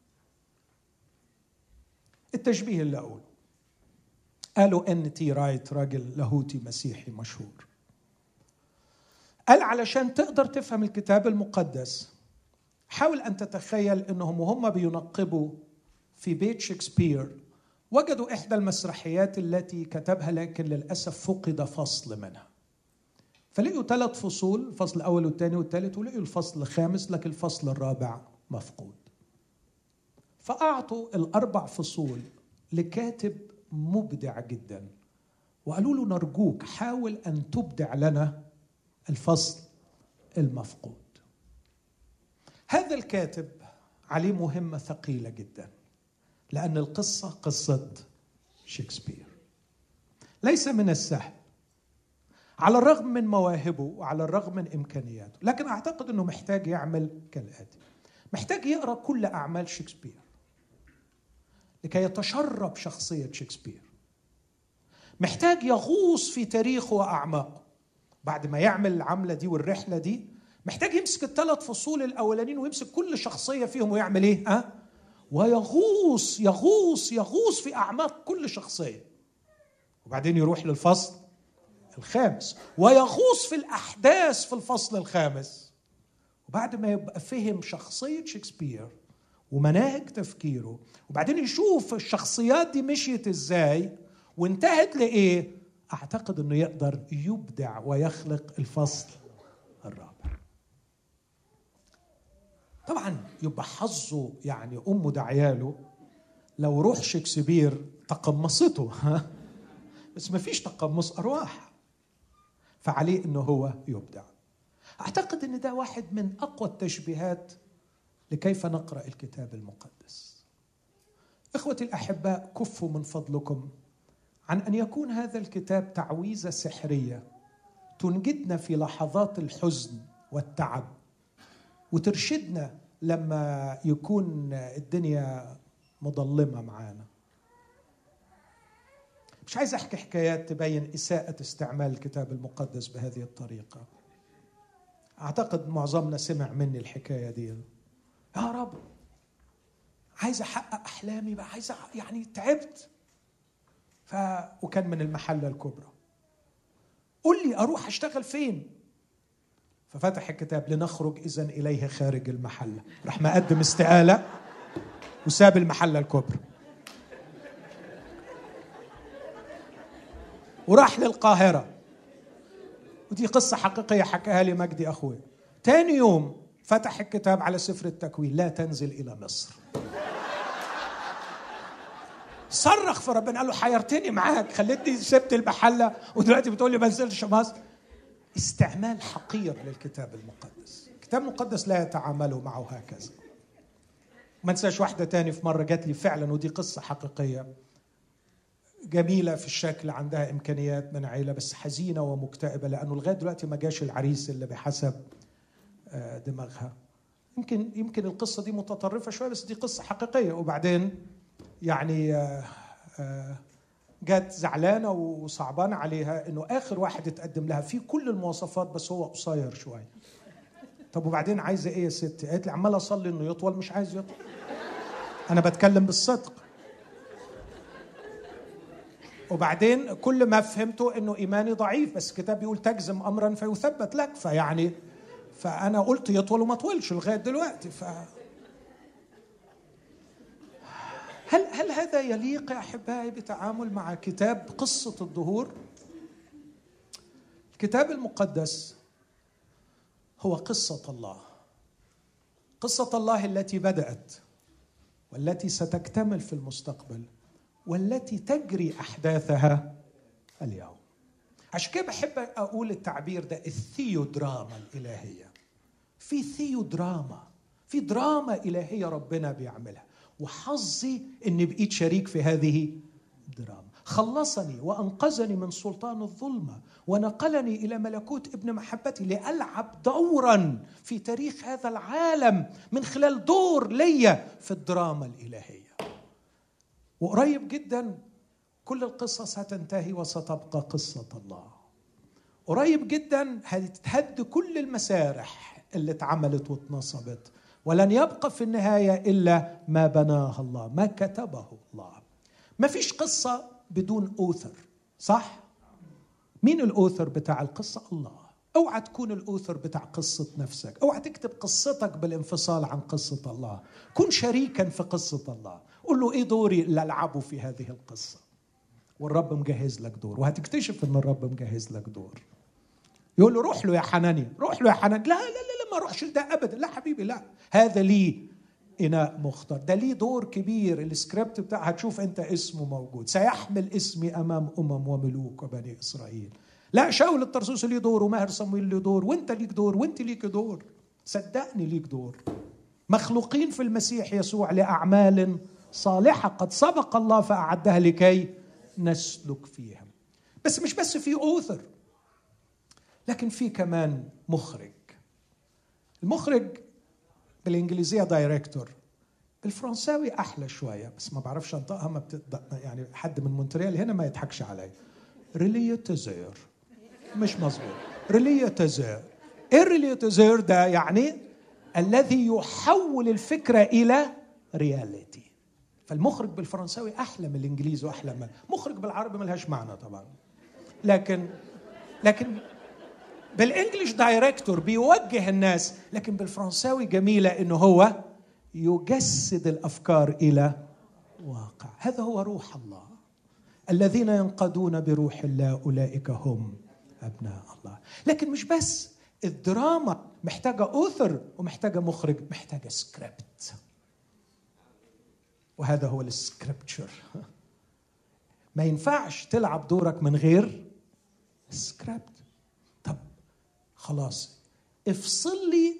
التشبيه اللي أقوله قالوا N.T. رايت، راجل لاهوتي مسيحي مشهور، قال علشان تقدر تفهم الكتاب المقدس حاول أن تتخيل أنهم وهم بينقبوا في بيت شكسبير وجدوا إحدى المسرحيات التي كتبها، لكن للأسف فقد فصل منها، فلقوا 3 فصول، الفصل الأول والثاني والثالث، ولقوا الفصل الخامس لكن الفصل الرابع مفقود. فأعطوا 4 فصول لكاتب مبدع جدا وقالوا له نرجوك حاول أن تبدع لنا الفصل المفقود. هذا الكاتب عليه مهمة ثقيلة جدا، لأن القصة قصة شكسبير. ليس من السهل على الرغم من مواهبه وعلى الرغم من إمكانياته، لكن أعتقد أنه محتاج يعمل كالآتي: محتاج يقرأ كل أعمال شكسبير لكي يتشرب شخصية شكسبير، محتاج يغوص في تاريخه وأعماقه. بعد ما يعمل العملة دي والرحلة دي محتاج يمسك ال3 فصول الأولانيين ويمسك كل شخصية فيهم ويعمل إيه؟ ويغوص يغوص يغوص في أعماق كل شخصية، وبعدين يروح للفصل الخامس ويغوص في الأحداث في الفصل الخامس. وبعد ما يبقى فهم شخصية شكسبير ومناهج تفكيره، وبعدين يشوف الشخصيات دي مشيت إزاي وانتهت لإيه، أعتقد أنه يقدر يبدع ويخلق الفصل الرابع. طبعا يبقى حظه يعني أمه دعياله لو روح شكسبير تقمصته بس ما فيش تقمص أرواح، فعليه أنه هو يبدع. أعتقد أن ده واحد من أقوى التشبيهات لكيف نقرأ الكتاب المقدس. إخوتي الأحباء، كفوا من فضلكم عن أن يكون هذا الكتاب تعويذة سحرية تنجدنا في لحظات الحزن والتعب وترشدنا لما يكون الدنيا مظلمة معانا. مش عايز أحكي حكايات تبين إساءة استعمال الكتاب المقدس بهذه الطريقة. أعتقد معظمنا سمع مني الحكاية دي: يا رب عايز أحقق أحلامي بقى، عايز يعني تعبت. وكان من المحلة الكبرى، قل لي أروح أشتغل فين؟ ففتح الكتاب: لنخرج إذن إليه خارج المحلة. راح مقدم استقالة وساب المحلة الكبرى وراح للقاهرة. ودي قصة حقيقية حكاها لي مجدي أخوي. تاني يوم فتح الكتاب على سفر التكوين: لا تنزل إلى مصر. صرخ في ربنا، قال له حيرتني معاك، خلتني سبت المحلة ودلوقتي بتقول لي ما نزلش مصر. استعمال حقير للكتاب المقدس. الكتاب المقدس لا يتعاملوا معه هكذا. ما انساش واحدة تاني في مرة جات لي فعلا، ودي قصة حقيقية، جميلة في الشكل، عندها إمكانيات من عيلة بس حزينة ومكتئبة لأنه لغاية دلوقتي ما جاش العريس اللي بحسب دماغها. يمكن القصة دي متطرفة شوية بس دي قصة حقيقية. وبعدين يعني جات زعلانة وصعبانة عليها إنه آخر واحد اتقدم لها فيه كل المواصفات بس هو قصير شوية. طب وبعدين عايزة إيه يا ست؟ قالت لي عمال أصلي إنه يطول، مش عايز يطول. أنا بتكلم بالصدق. وبعدين كل ما فهمته إنه إيماني ضعيف، بس الكتاب بيقول تجزم أمرا فيثبت لك، فأنا قلت يطول وما طولش لغاية دلوقتي. هل هذا يليق يا أحبائي بتعامل مع كتاب قصة الدهور؟ الكتاب المقدس هو قصة الله، قصة الله التي بدأت والتي ستكتمل في المستقبل والتي تجري أحداثها اليوم. عشان كده بحب أقول التعبير ده الثيودراما الإلهية. في ثيودراما، في دراما إلهية ربنا بيعملها، وحظي إني بقيت شريك في هذه الدراما. خلصني وأنقذني من سلطان الظلمة ونقلني إلى ملكوت ابن محبتي لألعب دورا في تاريخ هذا العالم من خلال دور ليا في الدراما الإلهية. وقريب جدا كل القصص هتنتهي وستبقى قصة الله. قريب جدا هتتهد كل المسارح اللي اتعملت واتنصبت، ولن يبقى في النهاية إلا ما بناه الله، ما كتبه الله. ما فيش قصة بدون أوثر، صح؟ مين الأوثر بتاع القصة؟ الله. اوعى تكون الأوثر بتاع قصة نفسك، اوعى تكتب قصتك بالانفصال عن قصة الله. كن شريكا في قصة الله. قل له ايه دوري اللي ألعبه في هذه القصة، والرب مجهز لك دور، وهتكتشف ان الرب مجهز لك دور. يقول له روح له يا حنانيا، روح له يا حنان. لا لا لا ما اروحش ده ابدا، لا حبيبي لا، هذا لي إناء مختار، ده ليه دور كبير. السكريبت بتاعه هتشوف انت اسمه موجود، سيحمل اسمي امام وملوك وبني اسرائيل. لا شاول الطرسوسي ليه دور، وماهر صمويل ليه دور، وانت ليك دور، وانت ليك دور، صدقني ليك دور. مخلوقين في المسيح يسوع لأعمال صالحة قد سبق الله فأعدها لكي نسلك فيها. بس مش بس في أوثر، لكن في كمان مخرج. المخرج بالإنجليزية دايركتور، بالفرنساوي أحلى شوية بس ما بعرفش أنطقها، ما يعني حد من مونتريال هنا ما يضحكش علي. ريليوتيزير مش مظبوط، ريليوتيزير. إيه الريليوتيزير ده؟ يعني الذي يحول الفكرة إلى رياليتي. فالمخرج بالفرنساوي أحلى من الإنجليزي وأحلى من مخرج بالعربي ملهاش معنى طبعا، لكن بالإنجليش دايركتور بيوجه الناس، لكن بالفرنساوي جميلة إنه هو يجسد الأفكار إلى واقع. هذا هو روح الله. الذين ينقضون بروح الله أولئك هم أبناء الله. لكن مش بس الدراما محتاجة أوثر ومحتاجة مخرج، محتاجة سكريبت، وهذا هو السكريبتشر. ما ينفعش تلعب دورك من غير سكريبت. طب خلاص افصل لي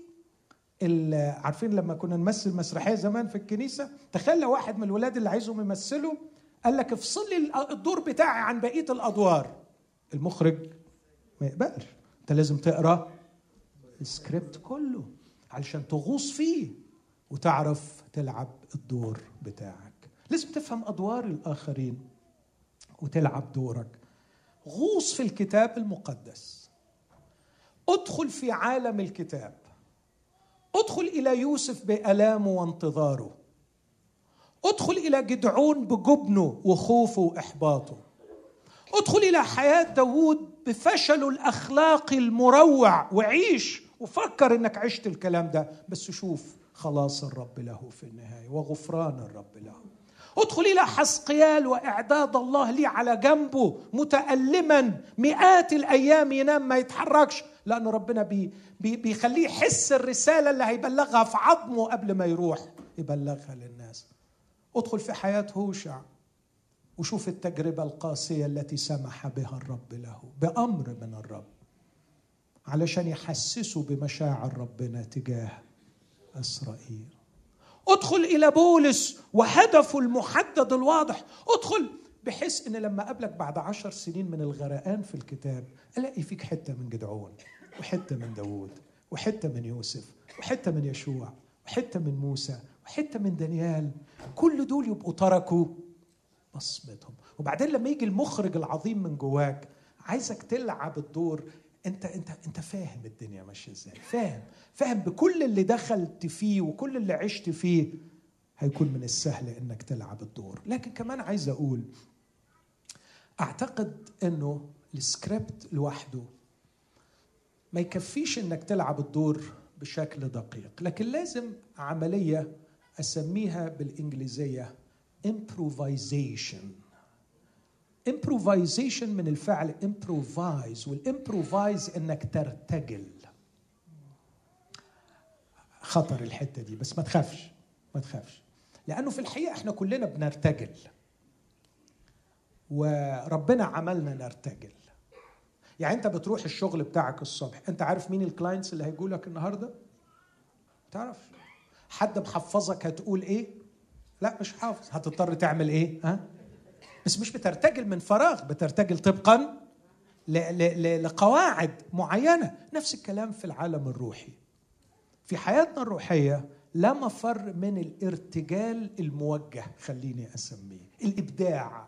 عارفين لما كنا نمثل مسرحية زمان في الكنيسة، تخيل لو واحد من الولاد اللي عايزهم يمثلوا قال لك افصل لي الدور بتاعي عن بقية الأدوار، المخرج ما يقبلش. انت لازم تقرأ السكريبت كله علشان تغوص فيه وتعرف تلعب الدور بتاعك. لازم تفهم أدوار الآخرين وتلعب دورك. غوص في الكتاب المقدس، ادخل في عالم الكتاب، ادخل إلى يوسف بآلامه وانتظاره، ادخل إلى جدعون بجبنه وخوفه وإحباطه، ادخل إلى حياة داود بفشله الأخلاقي المروع، وعيش وفكر إنك عشت الكلام ده، بس شوف خلاص الرب له في النهاية وغفران الرب له. ادخل إلى حزقيال وإعداد الله لي على جنبه متألما مئات الأيام ينام ما يتحركش، لأن ربنا بيخليه يحس الرسالة اللي هيبلغها في عظمه قبل ما يروح يبلغها للناس. ادخل في حياة هوشع وشوف التجربة القاسية التي سمح بها الرب له بأمر من الرب علشان يحسسوا بمشاعر ربنا تجاه إسرائيل. ادخل إلى بولس وهدفه المحدد الواضح، ادخل بحيث إن لما قابلك بعد 10 سنين من الغرقان في الكتاب ألاقي فيك حتة من جدعون وحتة من داود وحتة من يوسف وحتة من يشوع وحتة من موسى وحتة من دانيال. كل دول يبقوا تركوا بصمتهم. وبعدين لما يجي المخرج العظيم من جواك عايزك تلعب الدور، انت فاهم الدنيا ماشيه ازاي، فاهم بكل اللي دخلت فيه وكل اللي عشت فيه، هيكون من السهل انك تلعب الدور. لكن كمان عايز اقول، اعتقد انه السكريبت لوحده ما يكفيش انك تلعب الدور بشكل دقيق، لكن لازم عمليه اسميها بالانجليزيه improvisation. improvisation من الفعل improvise، والامبروفايز انك ترتجل. خطر الحته دي، بس ما تخافش لانه في الحقيقه احنا كلنا بنرتجل، وربنا عملنا نرتجل. يعني انت بتروح الشغل بتاعك الصبح، انت عارف مين الكلاينتس اللي هيجوا لك النهارده؟ تعرف حد محفظك هتقول ايه؟ لا مش حافظ، هتضطر تعمل ايه؟ بس مش بترتجل من فراغ، بترتجل طبقا لقواعد معينة. نفس الكلام في العالم الروحي. في حياتنا الروحية لا مفر من الارتجال الموجه، خليني أسميه الإبداع.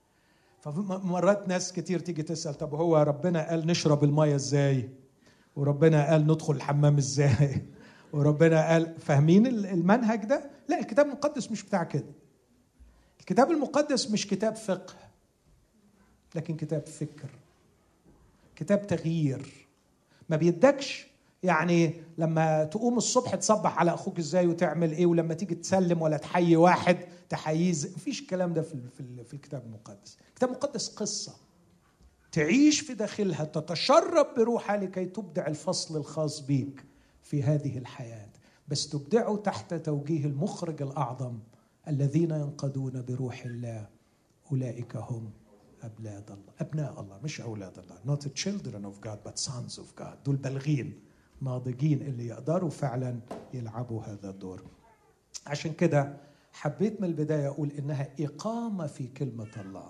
فمرات ناس كتير تيجي تسأل طب هو ربنا قال نشرب المية ازاي، وربنا قال ندخل الحمام ازاي، وربنا قال، فاهمين المنهج ده؟ لا، الكتاب المقدس مش بتاع كده. الكتاب المقدس مش كتاب فقه، لكن كتاب فكر، كتاب تغيير. ما بيدكش يعني لما تقوم الصبح تصبح على أخوك إزاي وتعمل إيه، ولما تيجي تسلم ولا تحيي واحد تحييز. مفيش الكلام ده في الكتاب المقدس. الكتاب المقدس قصة تعيش في داخلها، تتشرب بروحها لكي تبدع الفصل الخاص بيك في هذه الحياة، بس تبدعه تحت توجيه المخرج الأعظم. الذين ينقضون بروح الله أولئك هم أولاد الله، أبناء الله، مش أولاد الله. not the children of God but sons of God. دول بلغين ناضجين اللي يقدروا فعلا يلعبوا هذا الدور. عشان كده حبيت من البداية أقول إنها إقامة في كلمة الله،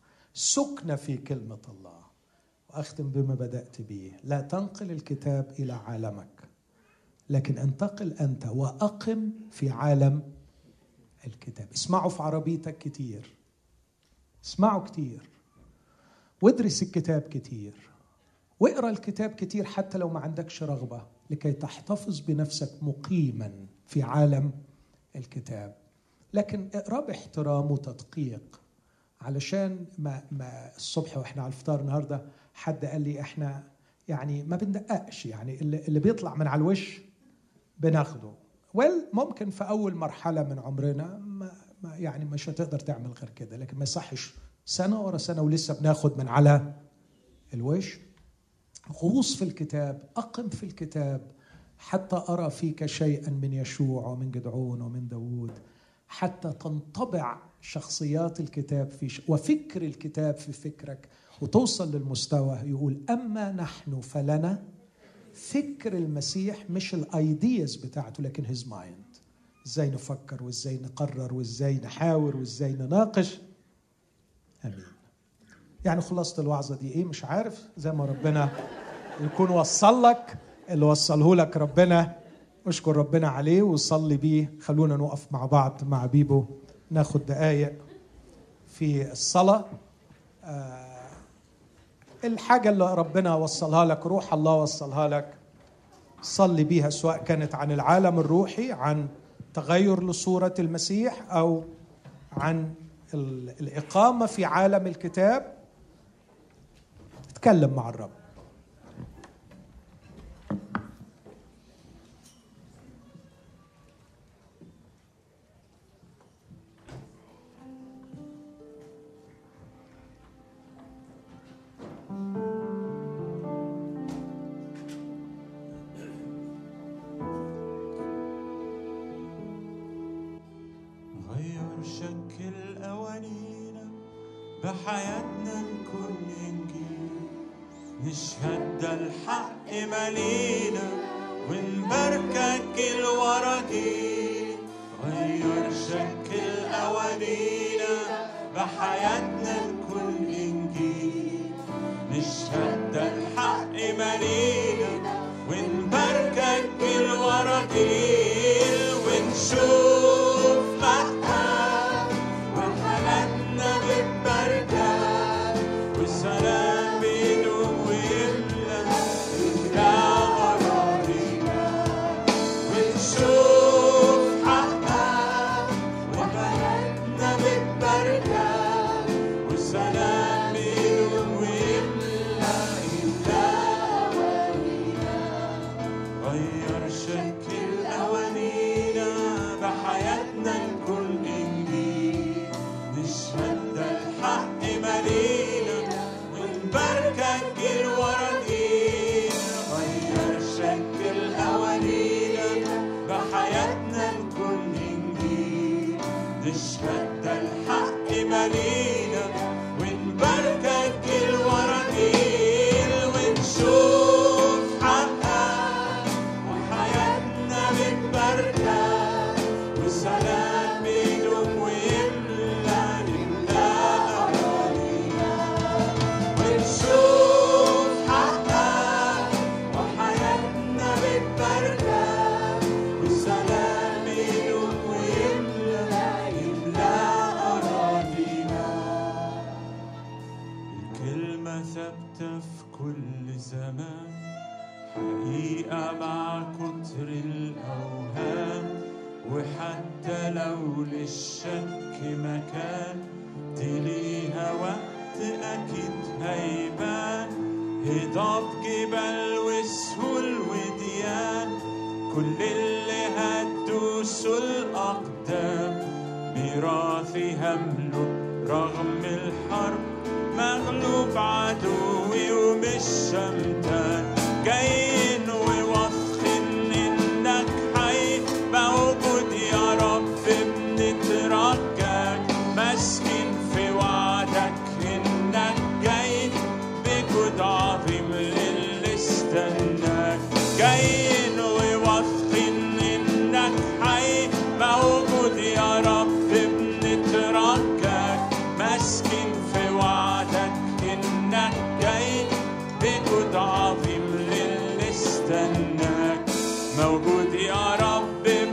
سكنة في كلمة الله. وأختم بما بدأت به، لا تنقل الكتاب إلى عالمك، لكن انتقل أنت وأقم في عالم الكتاب. اسمعوا في عربيتك كتير، اسمعوا كتير، وادرس الكتاب كتير، واقرأ الكتاب كتير حتى لو ما عندكش رغبة، لكي تحتفظ بنفسك مقيما في عالم الكتاب. لكن اقرأ باحترام وتدقيق، علشان ما الصبح واحنا على الفطار النهارده حد قال لي احنا يعني ما بندققش، يعني اللي بيطلع من على الوش بناخده. ممكن في أول مرحلة من عمرنا يعني مش هتقدر تعمل غير كده، لكن ما يصحش سنة ورا سنة ولسه بناخد من على الوش. غوص في الكتاب، أقم في الكتاب، حتى أرى فيك شيئا من يشوع ومن جدعون ومن داود، حتى تنطبع شخصيات الكتاب وفكر الكتاب في فكرك، وتوصل للمستوى يقول أما نحن فلنا فكر المسيح، مش الايدياز بتاعته لكن هيز مايند. ازاي نفكر وازاي نقرر وازاي نحاور وازاي نناقش. امين. يعني خلاصة الوعظة دي ايه مش عارف، زي ما ربنا يكون وصل لك اللي وصله لك ربنا، اشكر ربنا عليه وصلي بيه. خلونا نقف مع بعض مع بيبو ناخد دقايق في الصلاة. الحاجة اللي ربنا وصلها لك، روح الله وصلها لك، صلي بيها، سواء كانت عن العالم الروحي، عن تغير لصورة المسيح، أو عن الإقامة في عالم الكتاب. اتكلم مع الرب. شكل أوانينا بحياتنا الكل إنجيل، نشهد ده الحق مالينا ونباركك الوراجيل. غير شكل أوانينا بحياتنا الكل إنجيل، نشهد ده الحق مالينا ونباركك الوراجيل، ونشوف مجدك وحياتنا بالبركة، والسلام بيدوم ويملى إبداع أراضينا. ونشوف حقك وحياتنا بالبركة، والسلام بيدوم ويملى كلمة ثابتة في كل زمان، حقيقة مع كتر الأوهام، وحتى لو للشك مكان دي ليها وقت أكيد هيبان. هضاب جبال وسهول وديان، كل اللي هتدوسوا الأقدام، ميراثي همله رغم الحرب، مغلوب عدوي ومش شمتان. جايين وواثقين إنك حي موجود يا رب، بنترجاك ماسكين في وعدك إنك جاي بجود عظيم للي استناك. جايين وواثقين إنك حي موجود يا رب، بنترجاك ماسكين في وعدك إنك جاي بجود عظيم للي استناك. موجود يا رب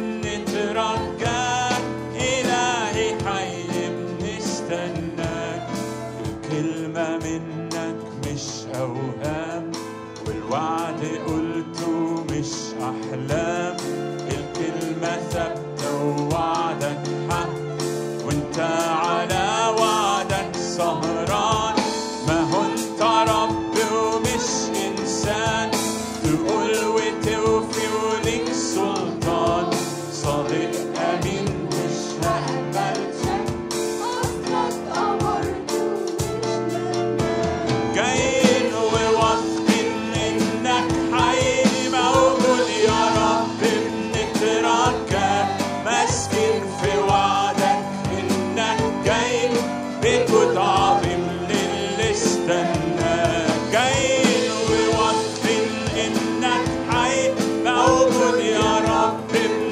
بنترجاك، إلهي حي بنستناك. الكلمة منك مش أوهام، والوعد قلته مش أحلام. الكلمة ثابتة ووعدك حق، وانت على وعدك سهران. ما هو انت رب ومش إنسان، تقول وتوفي وليك سلطان. صادق أمين مش هقبل شك، أصلك أمرت ومش ندمان. جايين وواثقين إنك حي موجود يا رب، بنترجاك ماسكين في وعدك إنك جاي بجود عظيم للي استناك. جايين وواثقين إنك حي موجود يا رب،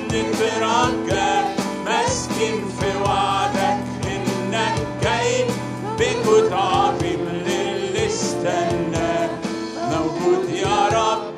بنترجاك ماسكين في وعدك إنك جاي بجود عظيم للي استناك. موجود يا رب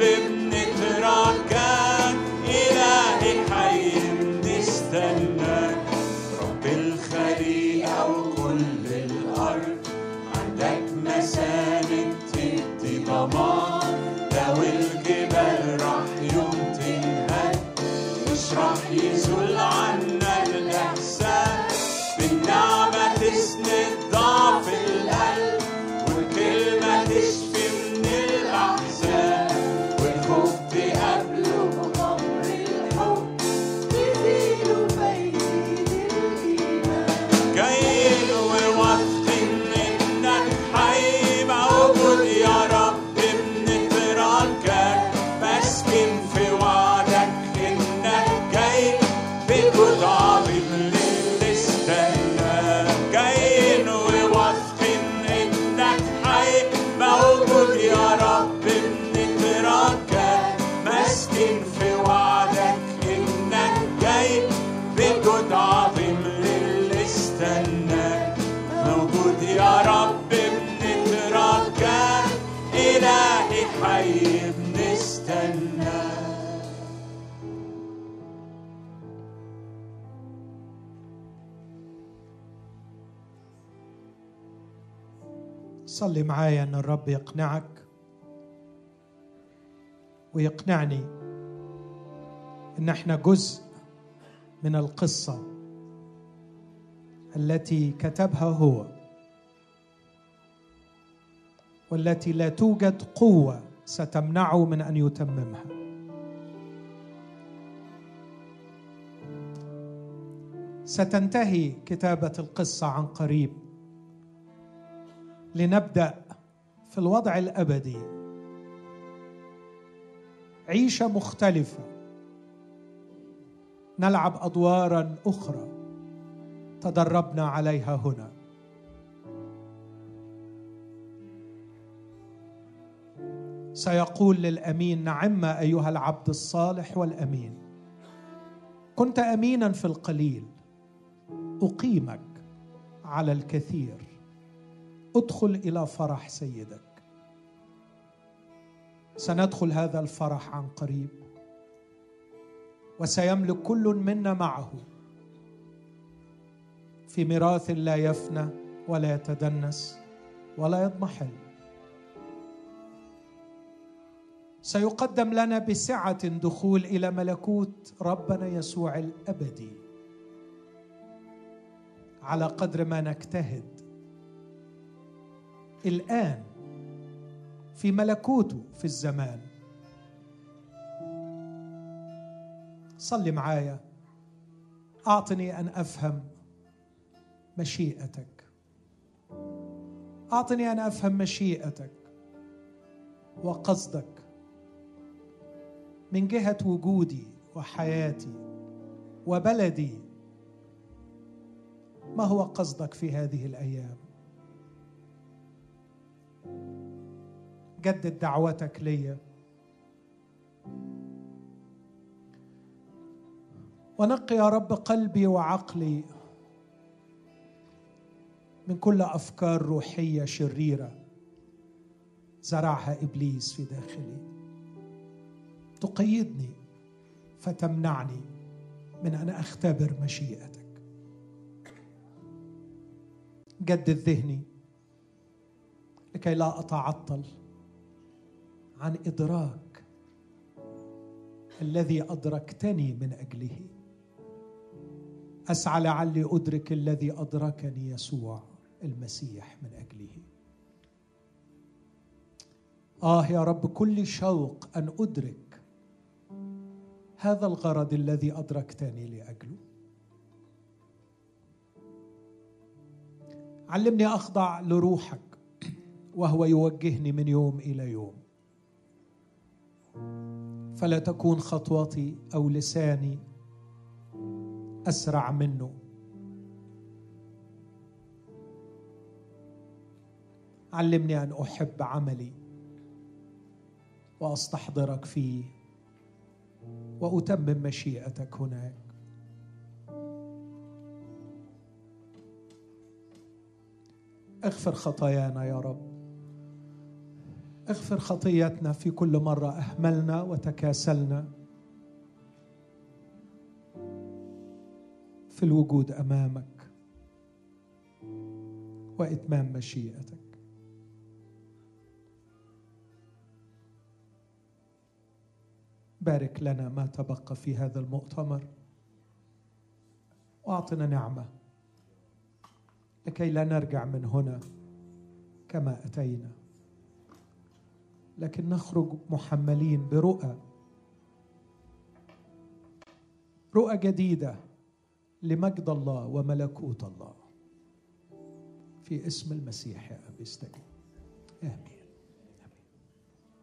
بنترجاك، إلهي حي بنستناك. رب الخليقة وكل الأرض، عندك مساند تدي ضمان. لو الجبال راح يوم تنهد، مش راح يزول عنا الإحساس. بالنعمة تسند ضعف القلب، والكلمة تشفي من الأحزان. والخوف تقابله بغمر الحب، تزيله فيزيد الإيمان. جايين وواثقين إنك حي موجود يا رب، بنترجاك ماسكين في وعدك إنك جاي بجود عظيم للي استناك. جايين وواثقين إنك حي موجود يا رب، بنترجاك ماسكين في وعدك إنك جاي بجود عظيم للي استناك. موجود يا رب بنترجاك، إلهي حي بنستناك. صلي معايا أن الرب يقنعك ويقنعني إن احنا جزء من القصة التي كتبها هو، والتي لا توجد قوة ستمنعه من أن يتممها. ستنتهي كتابة القصة عن قريب، لنبدأ في الوضع الأبدي عيشة مختلفة، نلعب أدوارا أخرى تدربنا عليها هنا. سيقول للأمين: نعم أيها العبد الصالح والأمين، كنت أمينا في القليل، أقيمك على الكثير، ادخل إلى فرح سيدك. سندخل هذا الفرح عن قريب، وسيملك كل منا معه في ميراث لا يفنى ولا يتدنس ولا يضمحل، سيقدم لنا بسعة دخول إلى ملكوت ربنا يسوع الأبدي على قدر ما نجتهد الآن في ملكوته في الزمان. صلي معايا: أعطني أن أفهم مشيئتك، أعطني أن أفهم مشيئتك وقصدك من جهة وجودي وحياتي وبلدي. ما هو قصدك في هذه الأيام؟ جدد دعوتك لي، ونقي يا رب قلبي وعقلي من كل أفكار روحية شريرة زرعها إبليس في داخلي تقيدني فتمنعني من أن أختبر مشيئتك. جدد ذهني لكي لا أتعطل عن إدراك الذي أدركتني من أجله. أسعى لعلي أدرك الذي أدركني يسوع المسيح من أجله. يا رب، كل شوق أن أدرك هذا الغرض الذي أدركتني لأجله. علمني أخضع لروحك وهو يوجهني من يوم إلى يوم، فلا تكون خطوتي أو لساني أسرع منه. علمني أن أحب عملي وأستحضرك فيه وأتمم مشيئتك هناك. اغفر خطايانا يا رب، اغفر خطيتنا في كل مرة أهملنا وتكاسلنا في الوجود أمامك وإتمام مشيئتك. بارك لنا ما تبقى في هذا المؤتمر، وأعطنا نعمة لكي لا نرجع من هنا كما أتينا، لكن نخرج محملين رؤى جديدة لمجد الله وملكوت الله. في اسم المسيح يا أبي استجب، آمين.